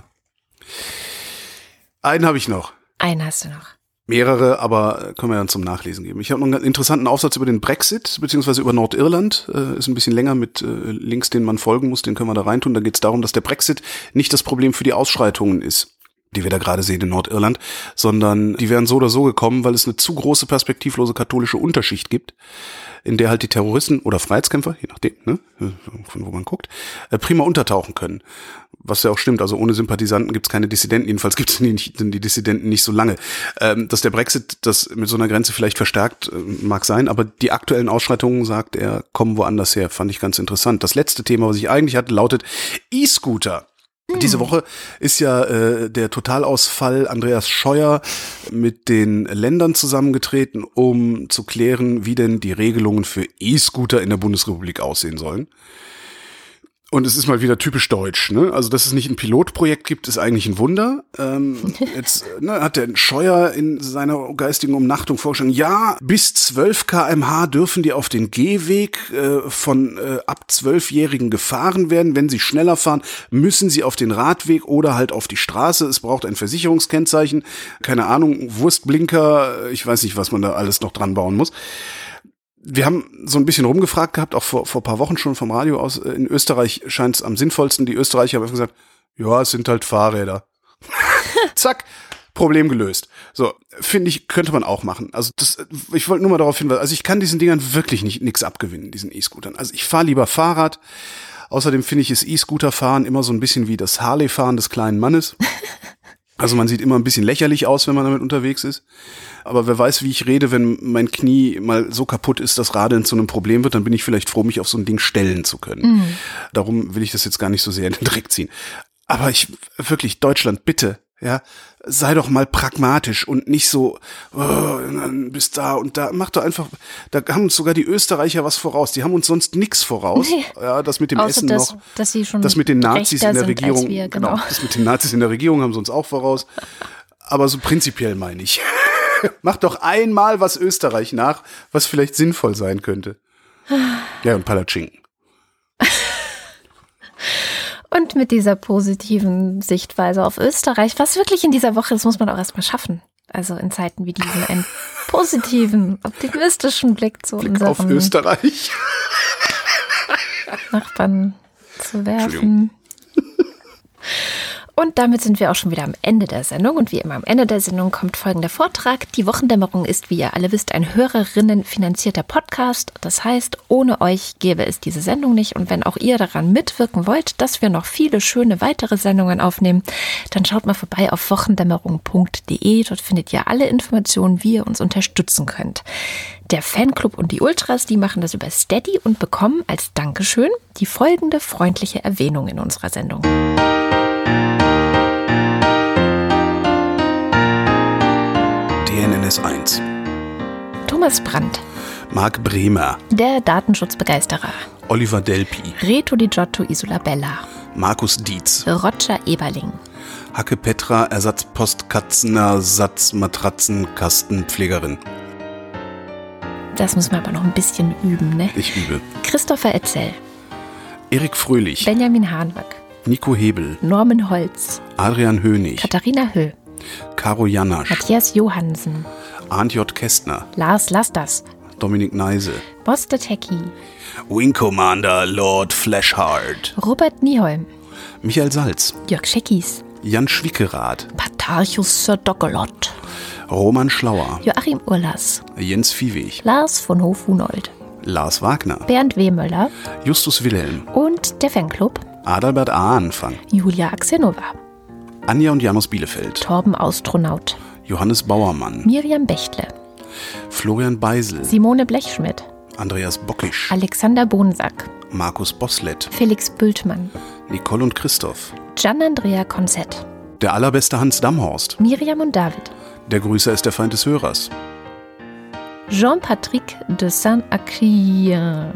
Einen habe ich noch. Einen hast du noch. Mehrere, aber können wir dann zum Nachlesen geben. Ich habe noch einen interessanten Aufsatz über den Brexit, beziehungsweise über Nordirland. Ist ein bisschen länger mit Links, denen man folgen muss, den können wir da reintun. Da geht es darum, dass der Brexit nicht das Problem für die Ausschreitungen ist, die wir da gerade sehen in Nordirland, sondern die wären so oder so gekommen, weil es eine zu große perspektivlose katholische Unterschicht gibt, in der halt die Terroristen oder Freiheitskämpfer, je nachdem, ne, von wo man guckt, prima untertauchen können. Was ja auch stimmt, also ohne Sympathisanten gibt es keine Dissidenten, jedenfalls gibt es die Dissidenten nicht so lange. Dass der Brexit das mit so einer Grenze vielleicht verstärkt, mag sein, aber die aktuellen Ausschreitungen, sagt er, kommen woanders her, fand ich ganz interessant. Das letzte Thema, was ich eigentlich hatte, lautet E-Scooter. Diese Woche ist ja der Totalausfall Andreas Scheuer mit den Ländern zusammengetreten, um zu klären, wie denn die Regelungen für E-Scooter in der Bundesrepublik aussehen sollen. Und es ist mal wieder typisch deutsch, ne? Also, dass es nicht ein Pilotprojekt gibt, ist eigentlich ein Wunder. Jetzt hat der Scheuer in seiner geistigen Umnachtung vorgeschlagen, ja, bis 12 km/h dürfen die auf den Gehweg von ab 12-Jährigen gefahren werden. Wenn sie schneller fahren, müssen sie auf den Radweg oder halt auf die Straße. Es braucht ein Versicherungskennzeichen, keine Ahnung, Wurstblinker, ich weiß nicht, was man da alles noch dran bauen muss. Wir haben so ein bisschen rumgefragt gehabt, auch vor ein paar Wochen schon vom Radio aus. In Österreich scheint es am sinnvollsten. Die Österreicher haben einfach gesagt, ja, es sind halt Fahrräder. Zack, Problem gelöst. So, finde ich, könnte man auch machen. Also ich wollte nur mal darauf hinweisen, also ich kann diesen Dingern wirklich nichts abgewinnen, diesen E-Scootern. Also ich fahre lieber Fahrrad. Außerdem finde ich, ist E-Scooter-Fahren immer so ein bisschen wie das Harley-Fahren des kleinen Mannes. Also man sieht immer ein bisschen lächerlich aus, wenn man damit unterwegs ist. Aber wer weiß, wie ich rede, wenn mein Knie mal so kaputt ist, dass Radeln zu einem Problem wird, dann bin ich vielleicht froh, mich auf so ein Ding stellen zu können. Darum will ich das jetzt gar nicht so sehr in den Dreck ziehen. Aber wirklich, Deutschland, bitte, Ja, sei doch mal pragmatisch und nicht so, bis da und da. Mach doch einfach, da haben uns sogar die Österreicher was voraus. Die haben uns sonst nichts voraus. Nee. Ja, das mit dem Außer Essen das, noch. Dass sie schon das mit den Nazis in der Regierung. Wir, genau. Das mit den Nazis in der Regierung haben sie uns auch voraus. Aber so prinzipiell meine ich. Mach doch einmal was Österreich nach, was vielleicht sinnvoll sein könnte. Ja, und Palatschinken. Und mit dieser positiven Sichtweise auf Österreich, was wirklich in dieser Woche, das muss man auch erstmal schaffen. Also in Zeiten wie diesen, einen positiven, optimistischen Blick zu unseren auf Österreich Nachbarn zu werfen. Und damit sind wir auch schon wieder am Ende der Sendung. Und wie immer am Ende der Sendung kommt folgender Vortrag. Die Wochendämmerung ist, wie ihr alle wisst, ein hörerinnenfinanzierter Podcast. Das heißt, ohne euch gäbe es diese Sendung nicht. Und wenn auch ihr daran mitwirken wollt, dass wir noch viele schöne weitere Sendungen aufnehmen, dann schaut mal vorbei auf wochendämmerung.de. Dort findet ihr alle Informationen, wie ihr uns unterstützen könnt. Der Fanclub und die Ultras, die machen das über Steady und bekommen als Dankeschön die folgende freundliche Erwähnung in unserer Sendung. DNNS 1. Thomas Brandt. Marc Bremer. Der Datenschutzbegeisterer. Oliver Delpi. Reto Di Giotto Isola Bella. Markus Dietz. Roger Eberling. Hacke Petra, Ersatzpostkatzenersatz, Matratzenkastenpflegerin. Das müssen wir aber noch ein bisschen üben, ne? Ich übe. Christopher Etzel. Erik Fröhlich. Benjamin Hahnwag. Nico Hebel. Norman Holz. Adrian Hönig. Katharina Höll. Caro Janasch. Matthias Johansen. Arndt J. Kästner. Lars Lasters. Dominik Neise. Boste Tecki. Wing Commander Lord Flashheart. Robert Nieholm. Michael Salz. Jörg Scheckis. Jan Schwickerath. Patarchus Sir-Dogelot. Roman Schlauer. Joachim Urlas. Jens Viehweg. Lars von Hof-Hunold. Lars Wagner. Bernd Wehmöller. Justus Wilhelm. Und der Fanclub. Adalbert A. Anfang. Julia Axenova. Anja und Janus Bielefeld. Torben Austronaut. Johannes Bauermann. Miriam Bechtle. Florian Beisel. Simone Blechschmidt. Andreas Bockisch. Alexander Bonsack. Markus Boslett. Felix Bültmann. Nicole und Christoph. Gian-Andrea Konzett. Der allerbeste Hans Damhorst. Miriam und David. Der Grüßer ist der Feind des Hörers. Jean-Patrick de Saint-Aquin.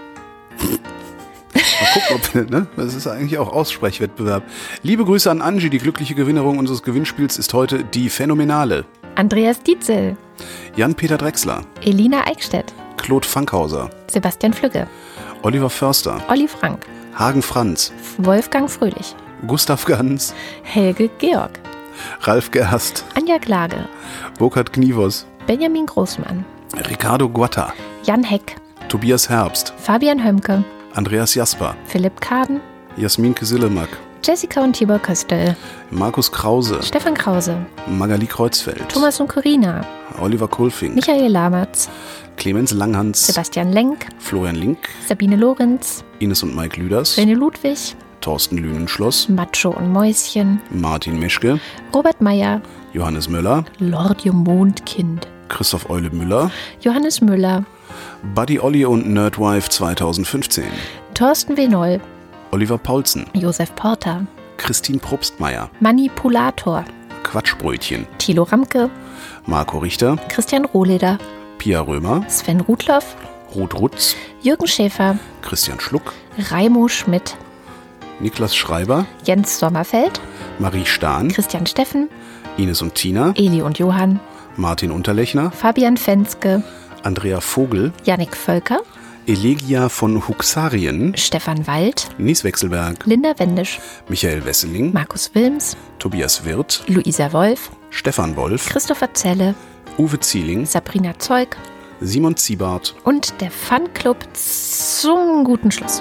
Mal gucken, ob, ne? Das ist eigentlich auch Aussprechwettbewerb. Liebe Grüße an Angie, die glückliche Gewinnerin unseres Gewinnspiels ist heute die Phänomenale. Andreas Dietzel. Jan-Peter Drechsler. Elina Eickstedt. Claude Fankhauser. Sebastian Flügge. Oliver Förster. Olli Frank. Hagen Franz. Wolfgang Fröhlich. Gustav Ganz. Helge Georg. Ralf Gerst. Anja Klage. Burkhard Knievos. Benjamin Großmann. Ricardo Guatta. Jan Heck. Tobias Herbst. Fabian Hömke. Andreas Jasper. Philipp Kaden. Jasmin Kesillemak. Jessica und Tibor Köstel. Markus Krause. Stefan Krause. Magali Kreuzfeld. Thomas und Corina. Oliver Kohlfink. Michael Lamertz. Clemens Langhans. Sebastian Lenk. Florian Link. Sabine Lorenz. Ines und Mike Lüders. René Ludwig. Thorsten Lünenschloss. Macho und Mäuschen. Martin Meschke. Robert Meyer. Johannes Möller. Lordium Mondkind. Christoph Eule Müller. Johannes Müller. Buddy Olli und Nerdwife 2015. Thorsten W. Noll. Oliver Paulsen. Josef Porter. Christine Probstmeier. Manipulator. Quatschbrötchen. Thilo Ramke. Marco Richter. Christian Rohleder. Pia Römer. Sven Rudloff. Ruth Rutz. Jürgen Schäfer. Christian Schluck. Raimo Schmidt. Niklas Schreiber. Jens Sommerfeld. Marie Stahn. Christian Steffen. Ines und Tina. Eli und Johann. Martin Unterlechner. Fabian Fenske. Andrea Vogel. Jannik Völker. Elegia von Huxarien. Stefan Wald. Nies Wechselberg. Linda Wendisch. Michael Wesseling. Markus Wilms. Tobias Wirth. Luisa Wolf. Stefan Wolf. Christopher Zelle. Uwe Zieling. Sabrina Zeug. Simon Ziebart. Und der Fanclub zum guten Schluss.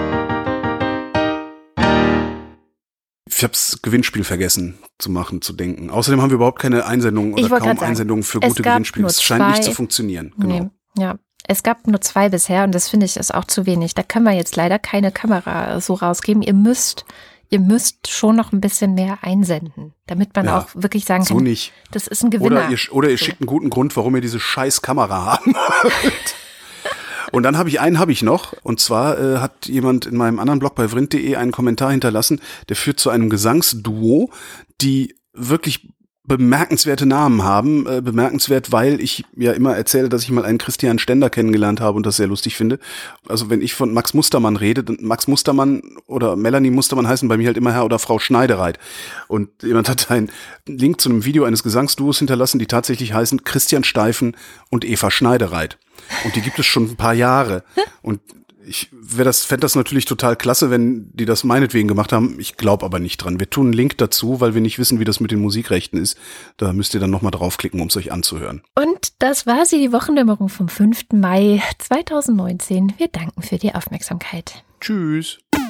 Ich habe das Gewinnspiel vergessen zu machen, zu denken. Außerdem haben wir überhaupt keine Einsendungen oder kaum Einsendungen für gute Gewinnspiele. Es scheint nicht zu funktionieren. Genau. Nee, ja. Es gab nur 2 bisher und das finde ich ist auch zu wenig. Da können wir jetzt leider keine Kamera so rausgeben. Ihr müsst schon noch ein bisschen mehr einsenden, damit man auch wirklich sagen kann, so nicht. Das ist ein Gewinner. Oder ihr schickt einen guten Grund, warum ihr diese scheiß Kamera haben wollt. Und dann habe ich noch. Und zwar hat jemand in meinem anderen Blog bei vrind.de einen Kommentar hinterlassen, der führt zu einem Gesangsduo, die wirklich bemerkenswerte Namen haben. Bemerkenswert, weil ich ja immer erzähle, dass ich mal einen Christian Stender kennengelernt habe und das sehr lustig finde. Also wenn ich von Max Mustermann rede, dann Max Mustermann oder Melanie Mustermann heißen bei mir halt immer Herr oder Frau Schneidereit. Und jemand hat einen Link zu einem Video eines Gesangsduos hinterlassen, die tatsächlich heißen Christian Steifen und Eva Schneidereit. Und die gibt es schon ein paar Jahre. Und ich fände das natürlich total klasse, wenn die das meinetwegen gemacht haben. Ich glaube aber nicht dran. Wir tun einen Link dazu, weil wir nicht wissen, wie das mit den Musikrechten ist. Da müsst ihr dann nochmal draufklicken, um es euch anzuhören. Und das war sie, die Wochendämmerung vom 5. Mai 2019. Wir danken für die Aufmerksamkeit. Tschüss.